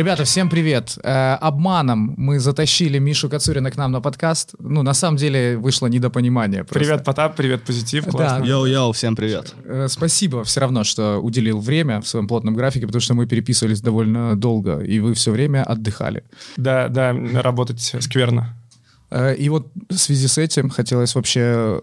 Ребята, всем привет. Обманом мы затащили Мишу Кацурина к нам на подкаст. Ну, на самом деле, вышло недопонимание. Просто. Привет, Потап, привет, Позитив, классно. Да. Йоу-йоу, всем привет. Спасибо все равно, что уделил время в своем плотном графике, потому что мы переписывались довольно долго, и вы все время отдыхали. Да, работать скверно. И вот в связи с этим хотелось вообще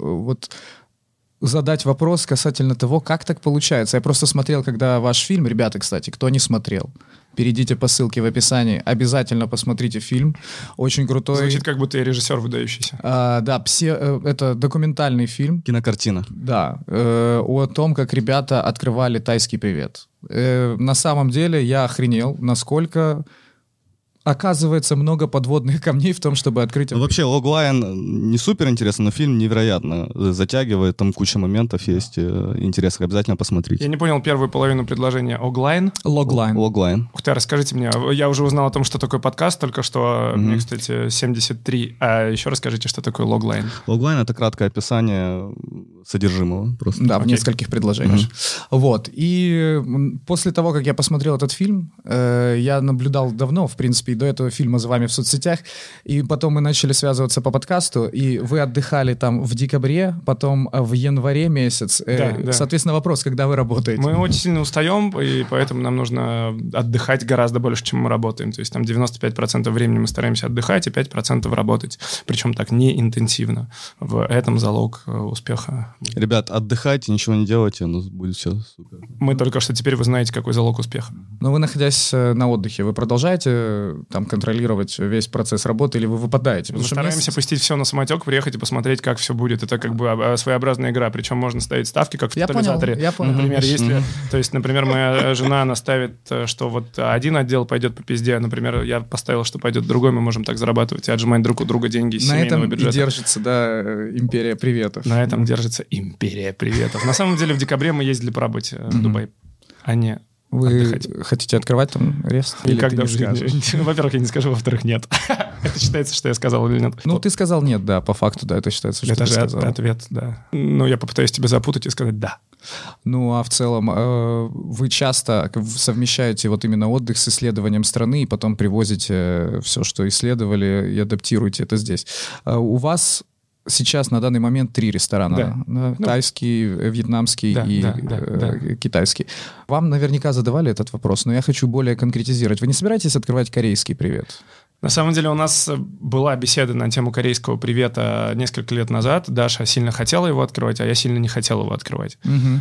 задать вопрос касательно того, как так получается. Я просто смотрел, когда ваш фильм, ребята, кстати, кто не смотрел, перейдите по ссылке в описании, обязательно посмотрите фильм, очень крутой. Звучит, как будто я режиссер выдающийся. Да, это документальный фильм. Кинокартина. Да, о том, как ребята открывали тайский привет. На самом деле я охренел, насколько... Оказывается, много подводных камней в том, чтобы открыть... Ну, вообще, Logline не супер интересно, но фильм невероятно затягивает, там куча моментов есть интересных, обязательно посмотрите. Я не понял первую половину предложения. Logline? Logline. Ух ты, расскажите мне. Я уже узнал о том, что такое подкаст, только что мне, кстати, 73. А еще расскажите, что такое Logline. Logline — это краткое описание содержимого. Просто. Да, в нескольких предложениях. Вот. И после того, как я посмотрел этот фильм, я наблюдал давно, в принципе, до этого фильма за вами в соцсетях, и потом мы начали связываться по подкасту, и вы отдыхали там в декабре, потом в январе месяц. Да. Соответственно, вопрос, когда вы работаете? Мы очень сильно устаем, и поэтому нам нужно отдыхать гораздо больше, чем мы работаем. То есть там 95% времени мы стараемся отдыхать, и 5% работать. Причем так не интенсивно. В этом залог успеха. Ребят, отдыхайте, ничего не делайте, но будет все супер. Мы только что теперь вы знаете, какой залог успеха. Но вы, находясь на отдыхе, вы продолжаете там контролировать весь процесс работы, или вы выпадаете? Мы стараемся пустить все на самотек, приехать и посмотреть, как все будет. Это как бы своеобразная игра, причем можно ставить ставки, как в тотализаторе. Я понял. Например, например, моя жена, она ставит, что вот один отдел пойдет по пизде, например, я поставил, что пойдет другой, мы можем так зарабатывать и отжимать друг у друга деньги из семейного бюджета. На этом и держится, империя приветов. На этом держится империя приветов. На самом деле в декабре мы ездили по работе в Дубай, а не Вы отдыхать. хотите открывать там рест? Никогда в жизни. Во-первых, я не скажу, во-вторых, нет. Это считается, что я сказал или нет? Ну, ты сказал нет, да, по факту, да, это считается, что это ты сказал. Это ответ, да. Но я попытаюсь тебя запутать и сказать «да». Ну, а в целом вы часто совмещаете вот именно отдых с исследованием страны и потом привозите все, что исследовали, и адаптируете это здесь. У вас сейчас на данный момент 3 ресторана. Да. Тайский, вьетнамский и китайский. Вам наверняка задавали этот вопрос, но я хочу более конкретизировать. Вы не собираетесь открывать корейский привет? На самом деле у нас была беседа на тему корейского привета несколько лет назад. Даша сильно хотела его открывать, а я сильно не хотел его открывать.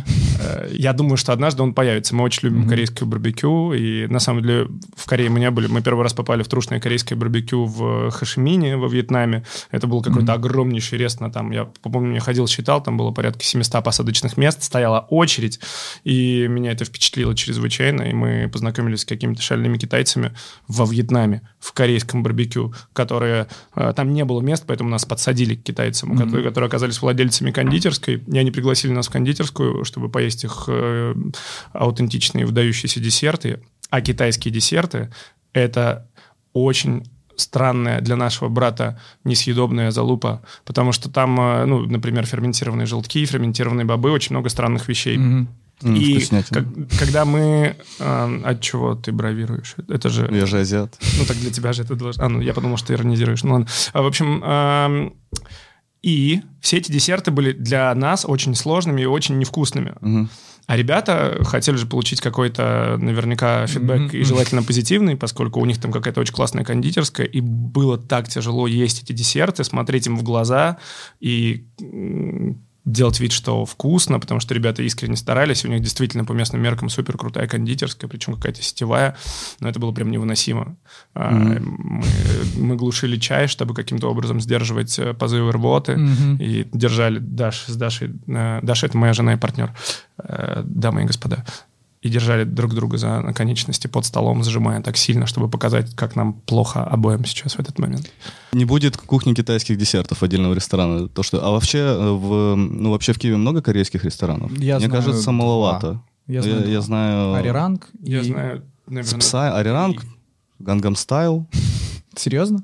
Я думаю, что однажды он появится. Мы очень любим корейское барбекю, и на самом деле в Корее мы не были. Мы первый раз попали в трушное корейское барбекю в Хошимине, во Вьетнаме. Это был какой-то огромнейший рест. Я помню, я ходил, считал, там было порядка 700 посадочных мест, стояла очередь, и меня это впечатлило чрезвычайно, и мы познакомились с какими-то шальными китайцами во Вьетнаме, в корейском барбекю, которые... Там не было мест, поэтому нас подсадили к китайцам, которые оказались владельцами кондитерской, и они пригласили нас в кондитерскую, чтобы поесть их аутентичные выдающиеся десерты. А китайские десерты — это очень странная для нашего брата несъедобная залупа, потому что там, например, ферментированные желтки, ферментированные бобы, очень много странных вещей. И когда мы... от чего ты бравируешь? Это же... Я же азиат. Ну, так для тебя же это должно... я подумал, что ты иронизируешь. Ну, ладно. В общем... И все эти десерты были для нас очень сложными и очень невкусными. А ребята хотели же получить какой-то, наверняка, фидбэк и желательно позитивный, поскольку у них там какая-то очень классная кондитерская, и было так тяжело есть эти десерты, смотреть им в глаза и делать вид, что вкусно, потому что ребята искренне старались, у них действительно по местным меркам супер крутая кондитерская, причем какая-то сетевая, но это было прям невыносимо. Мы глушили чай, чтобы каким-то образом сдерживать позывы рвоты, и держали с Дашей, Даша — это моя жена и партнер, дамы и господа, и держали друг друга за конечности под столом, зажимая так сильно, чтобы показать, как нам плохо обоим сейчас в этот момент. Не будет кухни китайских десертов отдельного ресторана. Вообще в Киеве много корейских ресторанов? Мне кажется, маловато. Я знаю... Ариранг. Я знаю, наверное... Ариранг, Гангам Стайл. Серьезно?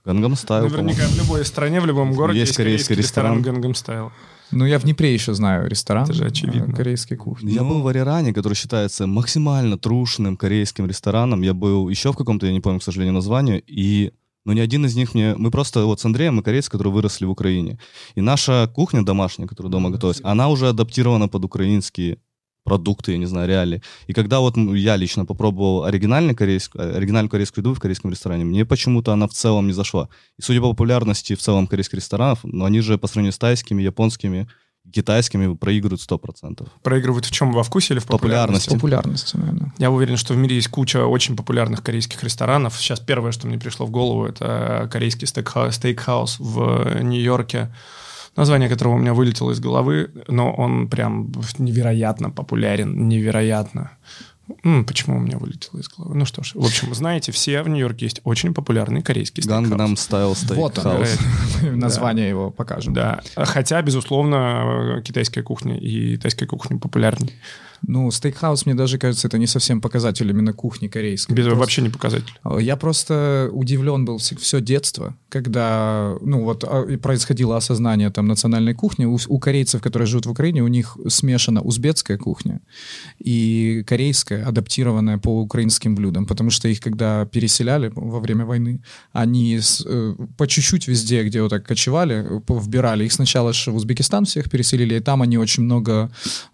Gangnam Style. Наверняка в любой стране, в любом городе есть корейский ресторан Gangnam Style. Ну, я в Днепре еще знаю ресторан. Это же очевидно. Корейской кухни. Я был в Ариране, который считается максимально трушным корейским рестораном. Я был еще в каком-то, я не помню, к сожалению, название. И ни один из них мне... Мы просто вот с Андреем, мы корейцы, которые выросли в Украине. И наша кухня домашняя, которая дома готовилась, она уже адаптирована под украинские продукты, я не знаю, реалии. И когда вот я лично попробовал оригинальную корейскую еду в корейском ресторане, мне почему-то она в целом не зашла. И судя по популярности в целом корейских ресторанов, но они же по сравнению с тайскими, японскими, китайскими проигрывают 100%. Проигрывают в чем? Во вкусе или в популярности? В популярности, наверное. Я уверен, что в мире есть куча очень популярных корейских ресторанов. Сейчас первое, что мне пришло в голову, это корейский стейкхаус в Нью-Йорке, название которого у меня вылетело из головы, но он прям невероятно популярен, невероятно. Почему у меня вылетело из головы? Ну что ж, в общем, знаете, все в Нью-Йорке есть очень популярный корейский стейкхаус. Gangnam Style Steakhouse. Вот он, название его покажем. Да, хотя, безусловно, китайская кухня и тайская кухня популярнее. Ну, стейкхаус, мне даже кажется, это не совсем показатель именно кухни корейской. Вообще не показатель. Я просто удивлен был все детство, когда, происходило осознание там национальной кухни. У корейцев, которые живут в Украине, у них смешана узбекская кухня и корейская, адаптированная по украинским блюдам, потому что их, когда переселяли во время войны, они по чуть-чуть везде, где вот так кочевали, вбирали. Их сначала в Узбекистан всех переселили, и там они очень много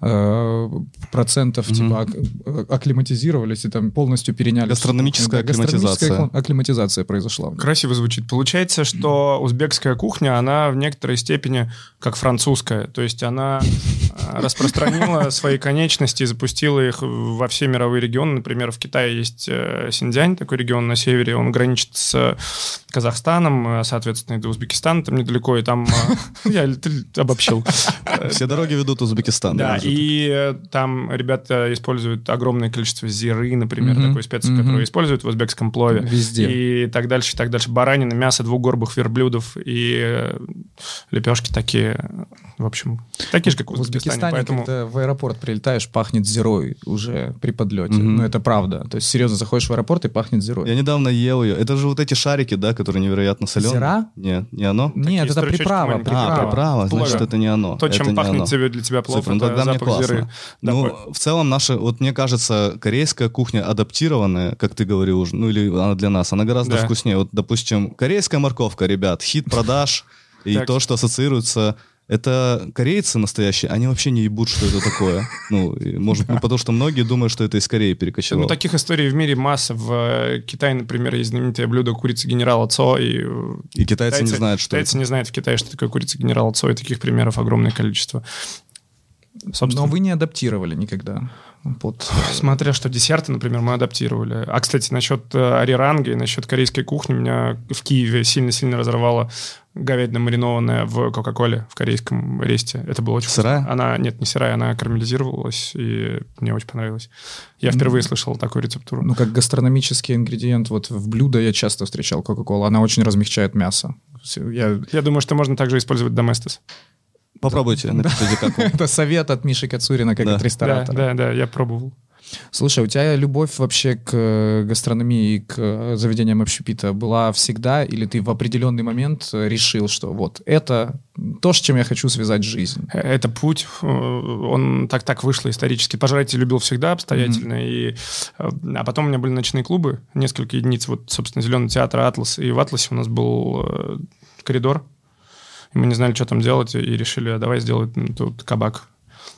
процентов типа акклиматизировались и там полностью переняли. Гастрономическая акклиматизация. Акклиматизация произошла. Красиво звучит. Получается, что узбекская кухня, она в некоторой степени как французская. То есть она распространила свои конечности и запустила их во все мировые регионы. Например, в Китае есть Синьцзянь, такой регион на севере. Он граничит с Казахстаном, соответственно, и до Узбекистана там недалеко. И там... Я обобщил. Все дороги ведут в Узбекистан. Да, и там ребята используют огромное количество зиры, например, такой специи, которую используют в узбекском плове. Везде. И так дальше, и так дальше. Баранина, мясо двухгорбых верблюдов и лепешки такие, в общем, такие же, как в Узбекистане. Поэтому... когда в аэропорт прилетаешь, пахнет зирой уже при подлете. Ну, это правда. То есть, серьезно, заходишь в аэропорт и пахнет зирой. Я недавно ел ее. Это же вот эти шарики, да, которые невероятно соленые. Зира? Нет, не оно? Нет, это приправа. Приправа, значит, это не оно. То, чем пахнет для тебя плов, это запах зиры. Ну, в целом наша, вот мне кажется, корейская кухня адаптированная, как ты говорил уже, ну или она для нас, она гораздо вкуснее. Вот, допустим, корейская морковка, ребят, хит продаж и то, что ассоциируется... Это корейцы настоящие, они вообще не ебут, что это такое. Ну, может, потому что многие думают, что это из Кореи перекочевало. Ну, таких историй в мире масса. В Китае, например, есть знаменитое блюдо курицы генерала Цо. И китайцы не знают, что китайцы не знают в Китае, что такое курица генерала Цо, и таких примеров огромное количество. Собственно. Но вы не адаптировали никогда? Смотря что десерты, например, мы адаптировали. А, кстати, насчет ариранги, насчет корейской кухни, меня в Киеве сильно-сильно разорвало говядина маринованная в Кока-Коле в корейском ресте. Это было очень сырая? Вкусно. Она, нет, не сырая, она карамелизировалась, и мне очень понравилось. Я впервые слышал такую рецептуру. Ну, как гастрономический ингредиент, вот в блюдо я часто встречал Кока-Колу. Она очень размягчает мясо. Я думаю, что можно также использовать Доместос. Попробуйте, напишите, как вам. Это совет от Миши Кацурина, как от ресторатора. Да, я пробовал. Слушай, у тебя любовь вообще к гастрономии и к заведениям общепита была всегда, или ты в определенный момент решил, что вот это то, с чем я хочу связать жизнь? Это путь, он так вышло исторически. Пожрать я любил всегда обстоятельно, а потом у меня были ночные клубы, несколько единиц, вот, собственно, Зеленый театр, Атлас, и в Атласе у нас был коридор, и мы не знали, что там делать, и решили, давай сделать тут кабак.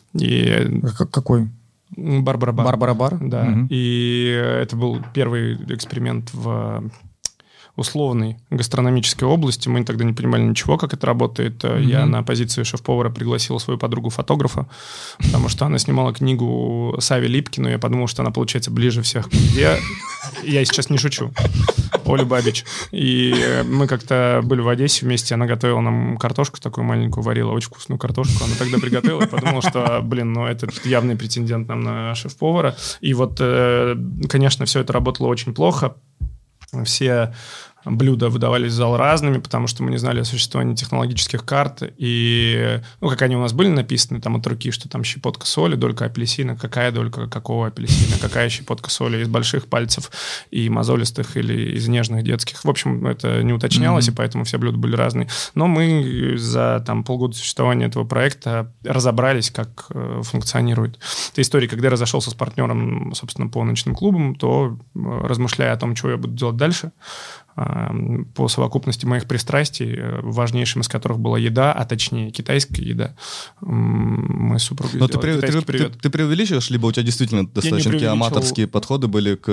Какой? Барбара-бар. Барбара-бар? Да. И это был первый эксперимент в условной гастрономической области. Мы тогда не понимали ничего, как это работает. Я на позицию шеф-повара пригласил свою подругу-фотографа, потому что она снимала книгу Сави Липкину. Я подумал, что она, получается, ближе всех к где. Я сейчас не шучу. Оля Бабич. И мы как-то были в Одессе вместе, она готовила нам картошку такую маленькую, варила очень вкусную картошку. Она тогда приготовила, я подумал, что, это явный претендент нам на шеф-повара. И вот, конечно, все это работало очень плохо. Все блюда выдавались в зал разными, потому что мы не знали о существовании технологических карт, и, как они у нас были написаны там от руки, что там щепотка соли, долька апельсина, какая долька какого апельсина, какая щепотка соли из больших пальцев и мозолистых или из нежных детских. В общем, это не уточнялось, и поэтому все блюда были разные. Но мы за полгода существования этого проекта разобрались, как функционирует эта история. Когда я разошелся с партнером, собственно, по ночным клубам, то, размышляя о том, что я буду делать дальше, по совокупности моих пристрастий, важнейшим из которых была еда, а точнее китайская еда, мы с супругой сделали китайский привет. Ты преувеличиваешь, либо у тебя действительно достаточно такие аматорские подходы были к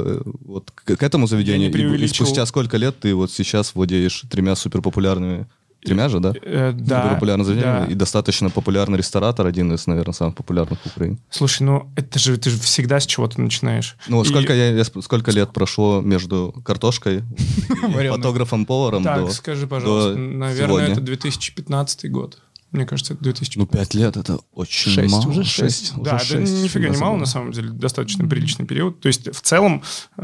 этому заведению? И спустя сколько лет ты вот сейчас владеешь 3 суперпопулярными... 3 же, да? Да. Популярное заведение, и достаточно популярный ресторатор, один из, наверное, самых популярных в Украине. Слушай, ты же всегда с чего-то начинаешь. Сколько лет прошло между картошкой и фотографом-поваром до скажи, пожалуйста, наверное, это 2015 год. Мне кажется, это 2015. 5 лет — это очень мало. Уже 6. Да, это нифига не мало, на самом деле, достаточно приличный период. То есть, в целом,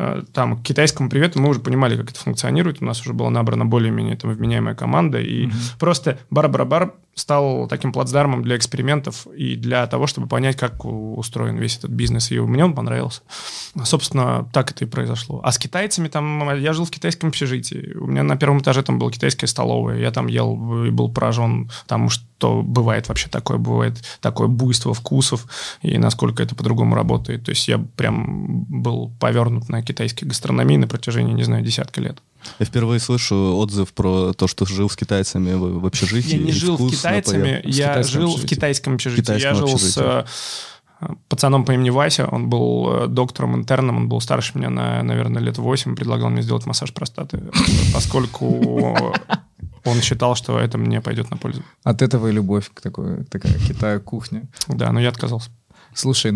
к китайскому привету мы уже понимали, как это функционирует. У нас уже была набрана более-менее вменяемая команда. И просто бар-бар-бар стал таким плацдармом для экспериментов и для того, чтобы понять, как устроен весь этот бизнес. И мне он понравился. Собственно, так это и произошло. А с китайцами я жил в китайском общежитии. У меня на первом этаже там была китайская столовая. Я там ел и был поражен тому, что бывает вообще такое буйство вкусов и насколько это по-другому работает. То есть я прям был повернут на китайской гастрономии на протяжении, не знаю, десятка лет. Я впервые слышу отзыв про то, что жил с китайцами в общежитии. Я не жил с китайцами, я жил в китайском общежитии. Я жил с пацаном по имени Вася, он был доктором-интерном, он был старше меня на, наверное, лет 8, предлагал мне сделать массаж простаты, поскольку он считал, что это мне пойдет на пользу. От этого и любовь к такая китай-кухня. Да, но я отказался. Слушай,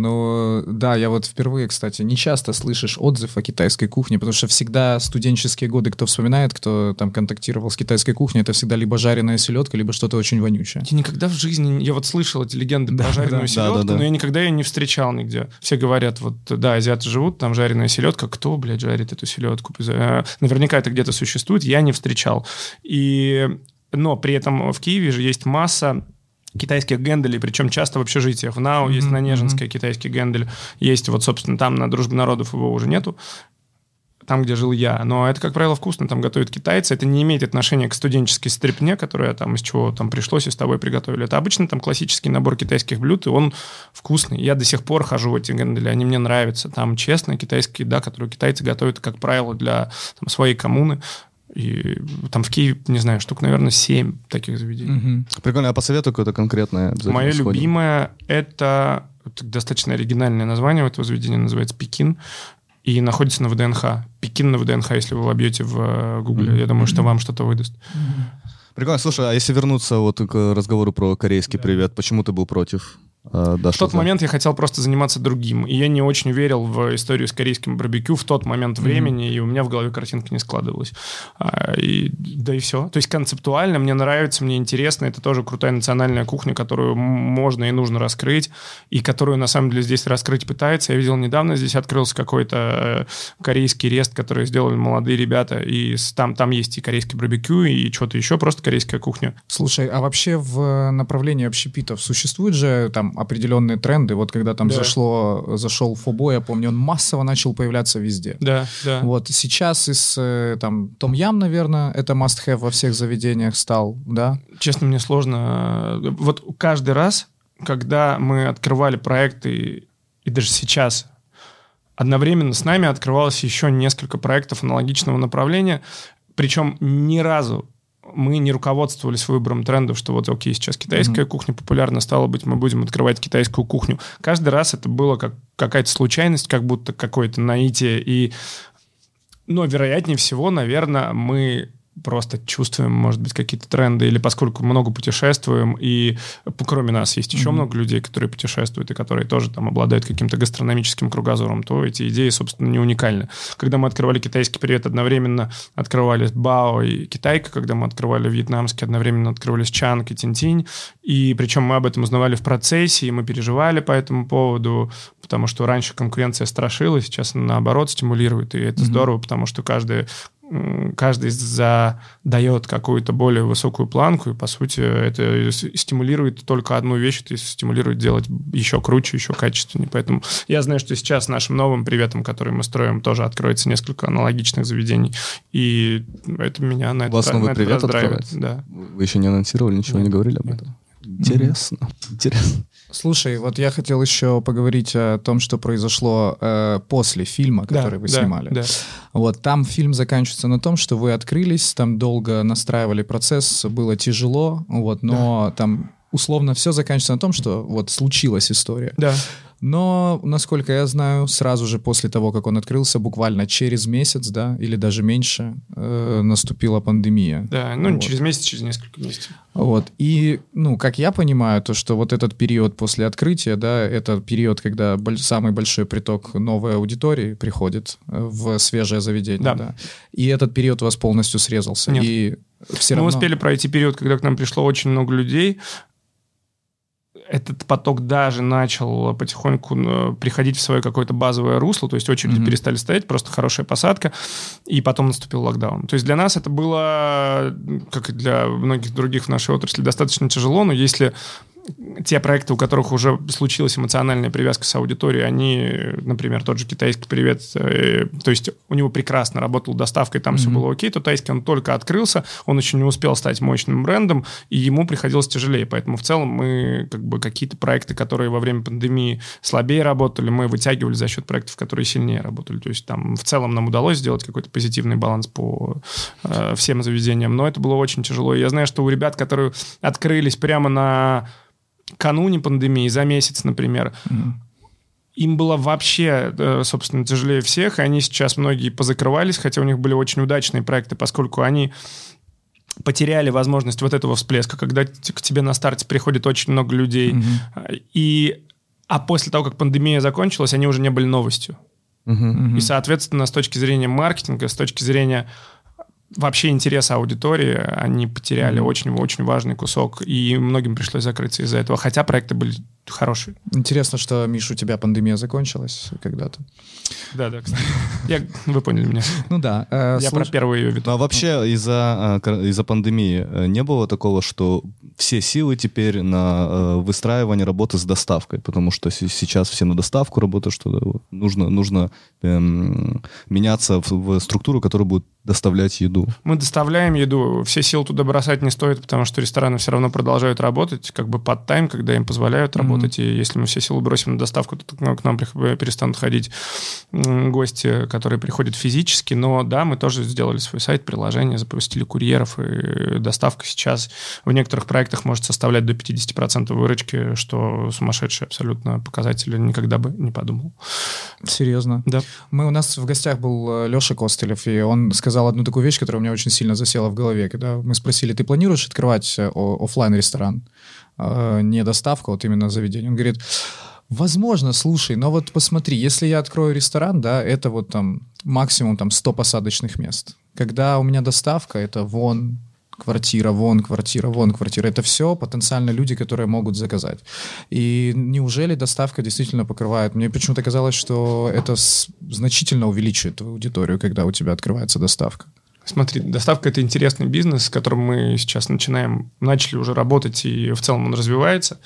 я вот впервые, кстати, не часто слышишь отзыв о китайской кухне, потому что всегда студенческие годы, кто вспоминает, кто там контактировал с китайской кухней, это всегда либо жареная селедка, либо что-то очень вонючее. Я никогда в жизни... Я вот слышал эти легенды про жареную селедку, но я никогда ее не встречал нигде. Все говорят, азиаты живут, там жареная селедка. Кто, жарит эту селедку? Наверняка это где-то существует, я не встречал. Но при этом в Киеве же есть масса китайских генделей, причем часто в общежитиях. В НАУ есть на Нежинской китайский гендель. Есть собственно, там на Дружбе народов его уже нету. Там, где жил я. Но это, как правило, вкусно. Там готовят китайцы. Это не имеет отношения к студенческой стряпне, которая из чего пришлось и с тобой приготовили. Это обычно классический набор китайских блюд, и он вкусный. Я до сих пор хожу в эти гендели, они мне нравятся. Там честная китайская еда, которую китайцы готовят, как правило, для своей коммуны. И там в Киеве, не знаю, штук, наверное, 7 таких заведений. Прикольно, а посоветуй какое-то конкретное. Мое любимое — это достаточно оригинальное название у этого заведения, называется «Пекин», и находится на ВДНХ. «Пекин» на ВДНХ, если вы вобьете в Гугле, я думаю, что вам что-то выдаст. Прикольно. Слушай, а если вернуться к разговору про корейский привет, почему ты был против? В тот момент я хотел просто заниматься другим, и я не очень верил в историю с корейским барбекю в тот момент времени, и у меня в голове картинка не складывалась. И все. То есть концептуально мне нравится, мне интересно, это тоже крутая национальная кухня, которую можно и нужно раскрыть, и которую на самом деле здесь раскрыть пытается. Я видел недавно, здесь открылся какой-то корейский рест, который сделали молодые ребята, и там есть и корейский барбекю, и что-то еще, просто корейская кухня. Слушай, а вообще в направлении общепитов существует же определенные тренды? Вот когда зашел Фобо, я помню, он массово начал появляться везде. Да. Вот сейчас из том-ям, наверное, это must-have во всех заведениях стал, да? Честно, мне сложно. Вот каждый раз, когда мы открывали проекты, и даже сейчас одновременно с нами открывалось еще несколько проектов аналогичного направления, причем ни разу мы не руководствовались выбором трендов, что окей, сейчас китайская кухня популярна, стало быть, мы будем открывать китайскую кухню. Каждый раз это было как какая-то случайность, как будто какое-то наитие. Но, вероятнее всего, наверное, мы просто чувствуем, может быть, какие-то тренды, или поскольку много путешествуем, и кроме нас есть еще много людей, которые путешествуют, и которые тоже обладают каким-то гастрономическим кругозором, то эти идеи, собственно, не уникальны. Когда мы открывали китайский привет, одновременно открывались Бао и Китайка, когда мы открывали вьетнамский, одновременно открывались Чанг и Тинтинь, и причем мы об этом узнавали в процессе, и мы переживали по этому поводу, потому что раньше конкуренция страшила, сейчас она, наоборот, стимулирует, и это здорово, потому что каждая каждый задает какую-то более высокую планку, и, по сути, это стимулирует только одну вещь, это стимулирует делать еще круче, еще качественнее. Поэтому я знаю, что сейчас нашим новым приветом, который мы строим, тоже откроется несколько аналогичных заведений, и это меня на это раздражает. У вас новый привет открывается? Да. Вы еще не анонсировали, ничего не говорили об этом? Интересно. Слушай, вот я хотел еще поговорить о том, что произошло после фильма, который вы снимали. Да. Вот там фильм заканчивается на том, что вы открылись, там долго настраивали процесс, было тяжело, вот, но там условно все заканчивается на том, что вот случилась история. Да. Но, насколько я знаю, сразу же после того, как он открылся, буквально через месяц, да, или даже меньше, наступила пандемия. Да, ну не через месяц, через несколько месяцев. Вот, и, ну, как я понимаю, то, что вот этот период после открытия, да, это период, когда самый большой приток новой аудитории приходит в свежее заведение, да. И этот период у вас полностью срезался. Нет. И все Мы равно... успели пройти период, когда к нам пришло очень много людей. Этот поток даже начал потихоньку приходить в свое какое-то базовое русло, то есть очереди перестали стоять, просто хорошая посадка, и потом наступил локдаун. То есть для нас это было, как и для многих других в нашей отрасли, достаточно тяжело, но если те проекты, у которых уже случилась эмоциональная привязка с аудиторией, они, например, тот же китайский привет, то есть у него прекрасно работала доставка, и там все было окей, то тайский он только открылся, он еще не успел стать мощным брендом, и ему приходилось тяжелее. Поэтому в целом мы как бы какие-то проекты, которые во время пандемии слабее работали, мы вытягивали за счет проектов, которые сильнее работали. То есть там в целом нам удалось сделать какой-то позитивный баланс по всем заведениям, но это было очень тяжело. И я знаю, что у ребят, которые открылись прямо на кануне пандемии, за месяц, например, им было вообще, собственно, тяжелее всех, и они сейчас многие позакрывались, хотя у них были очень удачные проекты, поскольку они потеряли возможность вот этого всплеска, когда к тебе на старте приходит очень много людей, а после того, как пандемия закончилась, они уже не были новостью. И, соответственно, с точки зрения маркетинга, с точки зрения вообще интереса аудитории, они потеряли очень-очень важный кусок, и многим пришлось закрыться из-за этого, хотя проекты были хорошие. Интересно, что, Миш, у тебя пандемия закончилась когда-то. Да, кстати. Вы поняли меня. Ну да. Я про первую ее веду. А вообще из-за пандемии не было такого, что все силы теперь на выстраивание работы с доставкой, потому что сейчас все на доставку работают, что нужно меняться в структуру, которая будет доставлять еду. Мы доставляем еду, все силы туда бросать не стоит, потому что рестораны все равно продолжают работать, как бы под тайм, когда им позволяют работать, и если мы все силы бросим на доставку, то к нам перестанут ходить гости, которые приходят физически, но да, мы тоже сделали свой сайт, приложение, запустили курьеров, и доставка сейчас в некоторых проектах может составлять до 50% выручки, что сумасшедшие абсолютно показатели, никогда бы не подумал. Серьезно? Да. У нас в гостях был Леша Костылев, и он сказал одну такую вещь, которая у меня очень сильно засела в голове, когда мы спросили: ты планируешь открывать офлайн-ресторан? Не доставка, вот именно заведение. Он говорит: возможно, слушай, но вот посмотри, если я открою ресторан, да, это вот там максимум там 100 посадочных мест. Когда у меня доставка, это вон квартира, вон квартира, вон квартира. Это все потенциально люди, которые могут заказать. И неужели доставка действительно покрывает? Мне почему-то казалось, что это значительно увеличивает твою аудиторию, когда у тебя открывается доставка. Смотри, доставка — это интересный бизнес, с которым мы сейчас начали уже работать, и в целом он развивается.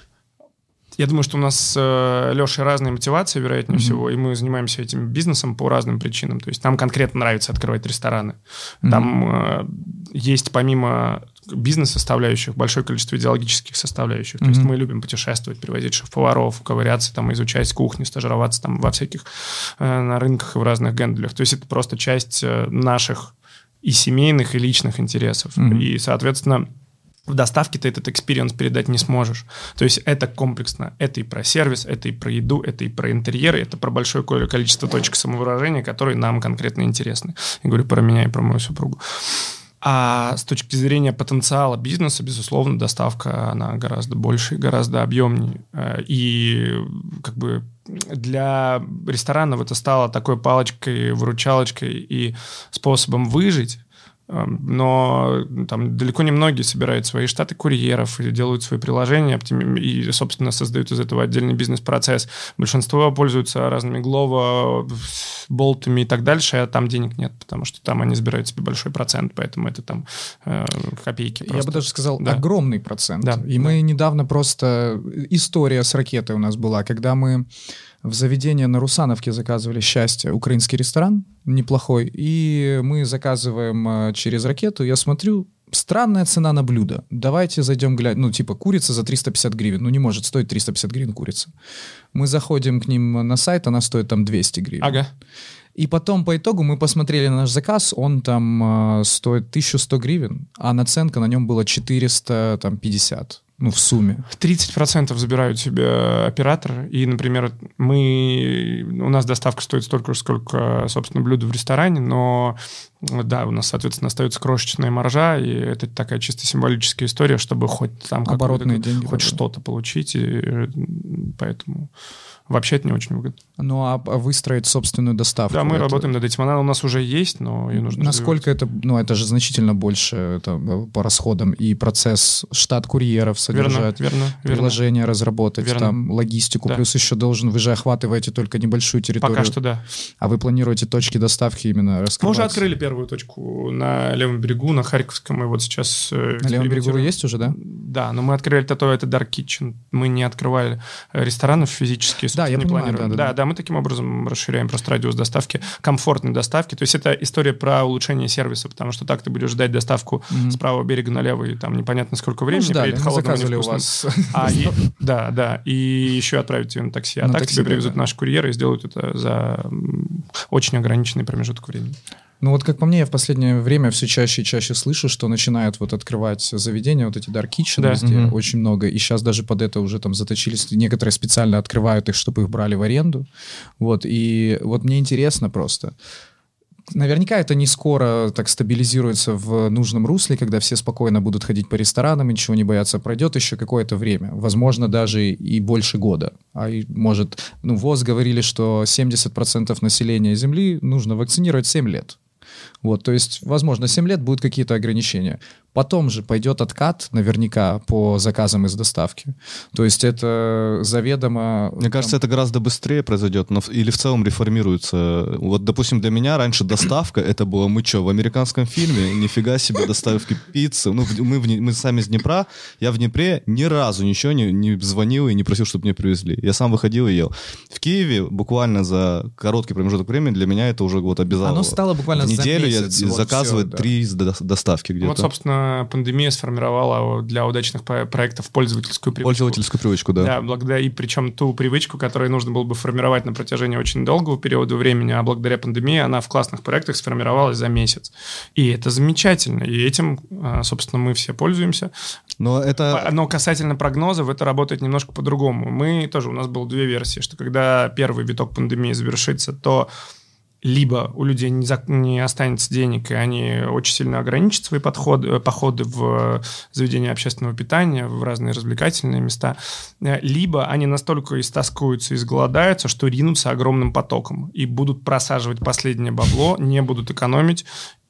Я думаю, что у нас с Лешей разные мотивации, вероятнее всего, и мы занимаемся этим бизнесом по разным причинам. То есть нам конкретно нравится открывать рестораны. Там есть помимо бизнес-составляющих большое количество идеологических составляющих. То есть мы любим путешествовать, привозить шеф-поваров, ковыряться, там, изучать кухни, стажироваться там во всяких на рынках и в разных генделях. То есть это просто часть наших и семейных, и личных интересов. И, соответственно, в доставке ты этот экспириенс передать не сможешь. То есть это комплексно. Это и про сервис, это и про еду, это и про интерьеры, это про большое количество точек самовыражения, которые нам конкретно интересны. Я говорю про меня и про мою супругу. А с точки зрения потенциала бизнеса, безусловно, доставка, она гораздо больше и гораздо объемнее. И как бы для ресторанов это стало такой палочкой, выручалочкой и способом выжить, Но там далеко не многие собирают свои штаты курьеров и делают свои приложения и, собственно, создают из этого отдельный бизнес-процесс. Большинство пользуются разными Glovo, болтами и так дальше, а там денег нет, потому что там они забирают себе большой процент, поэтому это там копейки просто. Я бы даже сказал, огромный процент. Да. И мы недавно просто... История с ракетой у нас была, когда мы в заведение на Русановке заказывали «Счастье», украинский ресторан, неплохой, и мы заказываем через ракету, я смотрю, странная цена на блюдо. Давайте зайдем глянь. Ну, типа, курица за 350 гривен. Ну, не может стоить 350 гривен курица. Мы заходим к ним на сайт, она стоит там 200 гривен. Ага. И потом по итогу мы посмотрели на наш заказ, он там стоит 1100 гривен, а наценка на нем была 450. Ну, в сумме. 30% забирают себе оператор. И, например, у нас доставка стоит столько же, сколько, собственно, блюдо в ресторане, но, да, у нас, соответственно, остается крошечная маржа, и это такая чисто символическая история, чтобы хоть там оборотные деньги, хоть что-то получить, и поэтому вообще это не очень выгодно. Ну, а выстроить собственную доставку? Да, мы работаем над этим. Она у нас уже есть, но ее нужно Насколько развивать. это... Ну, это же значительно больше по расходам. И процесс, штат курьеров содержать, приложение разработать, там логистику. Да. Плюс еще вы же охватываете только небольшую территорию. Пока что, да. А вы планируете точки доставки именно раскрывать? Мы уже открыли первую точку на левом берегу, на Харьковском, и вот сейчас... На левом берегу есть уже, да? Да, но мы открыли это Dark Kitchen. Мы не открывали ресторанов физически. Да, я понимаю. Да, мы таким образом расширяем просто радиус доставки, комфортной доставки. То есть это история про улучшение сервиса, потому что так ты будешь ждать доставку с правого берега на левый, там непонятно сколько времени. Ждали, мы заказывали у вас. Да, и еще отправить ее на такси. А так тебе привезут наши курьеры и сделают это за очень ограниченный промежуток времени. Ну вот как по мне, я в последнее время все чаще и чаще слышу, что начинают вот открывать заведения, вот эти Dark Kitchen везде, очень много, и сейчас даже под это уже там заточились, некоторые специально открывают их, чтобы их брали в аренду, вот, и вот мне интересно просто, наверняка это не скоро так стабилизируется в нужном русле, когда все спокойно будут ходить по ресторанам, ничего не боятся, пройдет еще какое-то время, возможно, даже и больше года. А может, ВОЗ говорили, что 70% населения Земли нужно вакцинировать 7 лет. Вот, то есть, возможно, 7 лет будут какие-то ограничения. Потом же пойдет откат наверняка по заказам из доставки. То есть это заведомо... Мне кажется, это гораздо быстрее произойдет, или в целом реформируется. Вот, допустим, для меня раньше доставка, это было мы что, в американском фильме? Нифига себе, доставки пиццы. Ну, мы сами из Днепра, я в Днепре ни разу ничего не звонил и не просил, чтобы мне привезли. Я сам выходил и ел. В Киеве буквально за короткий промежуток времени для меня это уже вот обязательно. Оно стало буквально в неделю за месяц. Я заказываю 3 доставки где-то. Вот, собственно, пандемия сформировала для удачных проектов пользовательскую привычку. Пользовательскую привычку, да. Да, и причем ту привычку, которую нужно было бы формировать на протяжении очень долгого периода времени, а благодаря пандемии она в классных проектах сформировалась за месяц. И это замечательно, и этим, собственно, мы все пользуемся. Но касательно прогнозов, это работает немножко по-другому. У нас было 2 версии, что когда первый виток пандемии завершится, то либо у людей не останется денег, и они очень сильно ограничат свои походы в заведения общественного питания, в разные развлекательные места, либо они настолько истаскуются и изголодаются, что ринутся огромным потоком и будут просаживать последнее бабло, не будут экономить.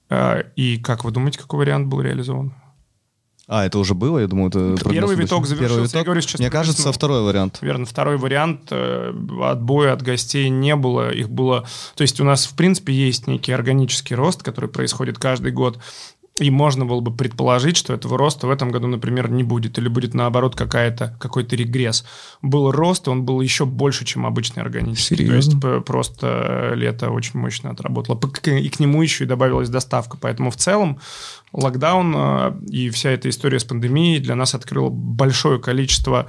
И как вы думаете, какой вариант был реализован? Это уже было? Я думаю, это... Первый виток завершился. Я говорю сейчас Мне кажется, второй вариант. Верно, второй вариант. Отбоя от гостей не было. Их было... То есть у нас, в принципе, есть некий органический рост, который происходит каждый год. И можно было бы предположить, что этого роста в этом году, например, не будет. Или будет, наоборот, какой-то регресс. Был рост, и он был еще больше, чем обычный органический. Серьезно? То есть просто лето очень мощно отработало. И к нему еще и добавилась доставка. Поэтому в целом локдаун и вся эта история с пандемией для нас открыла большое количество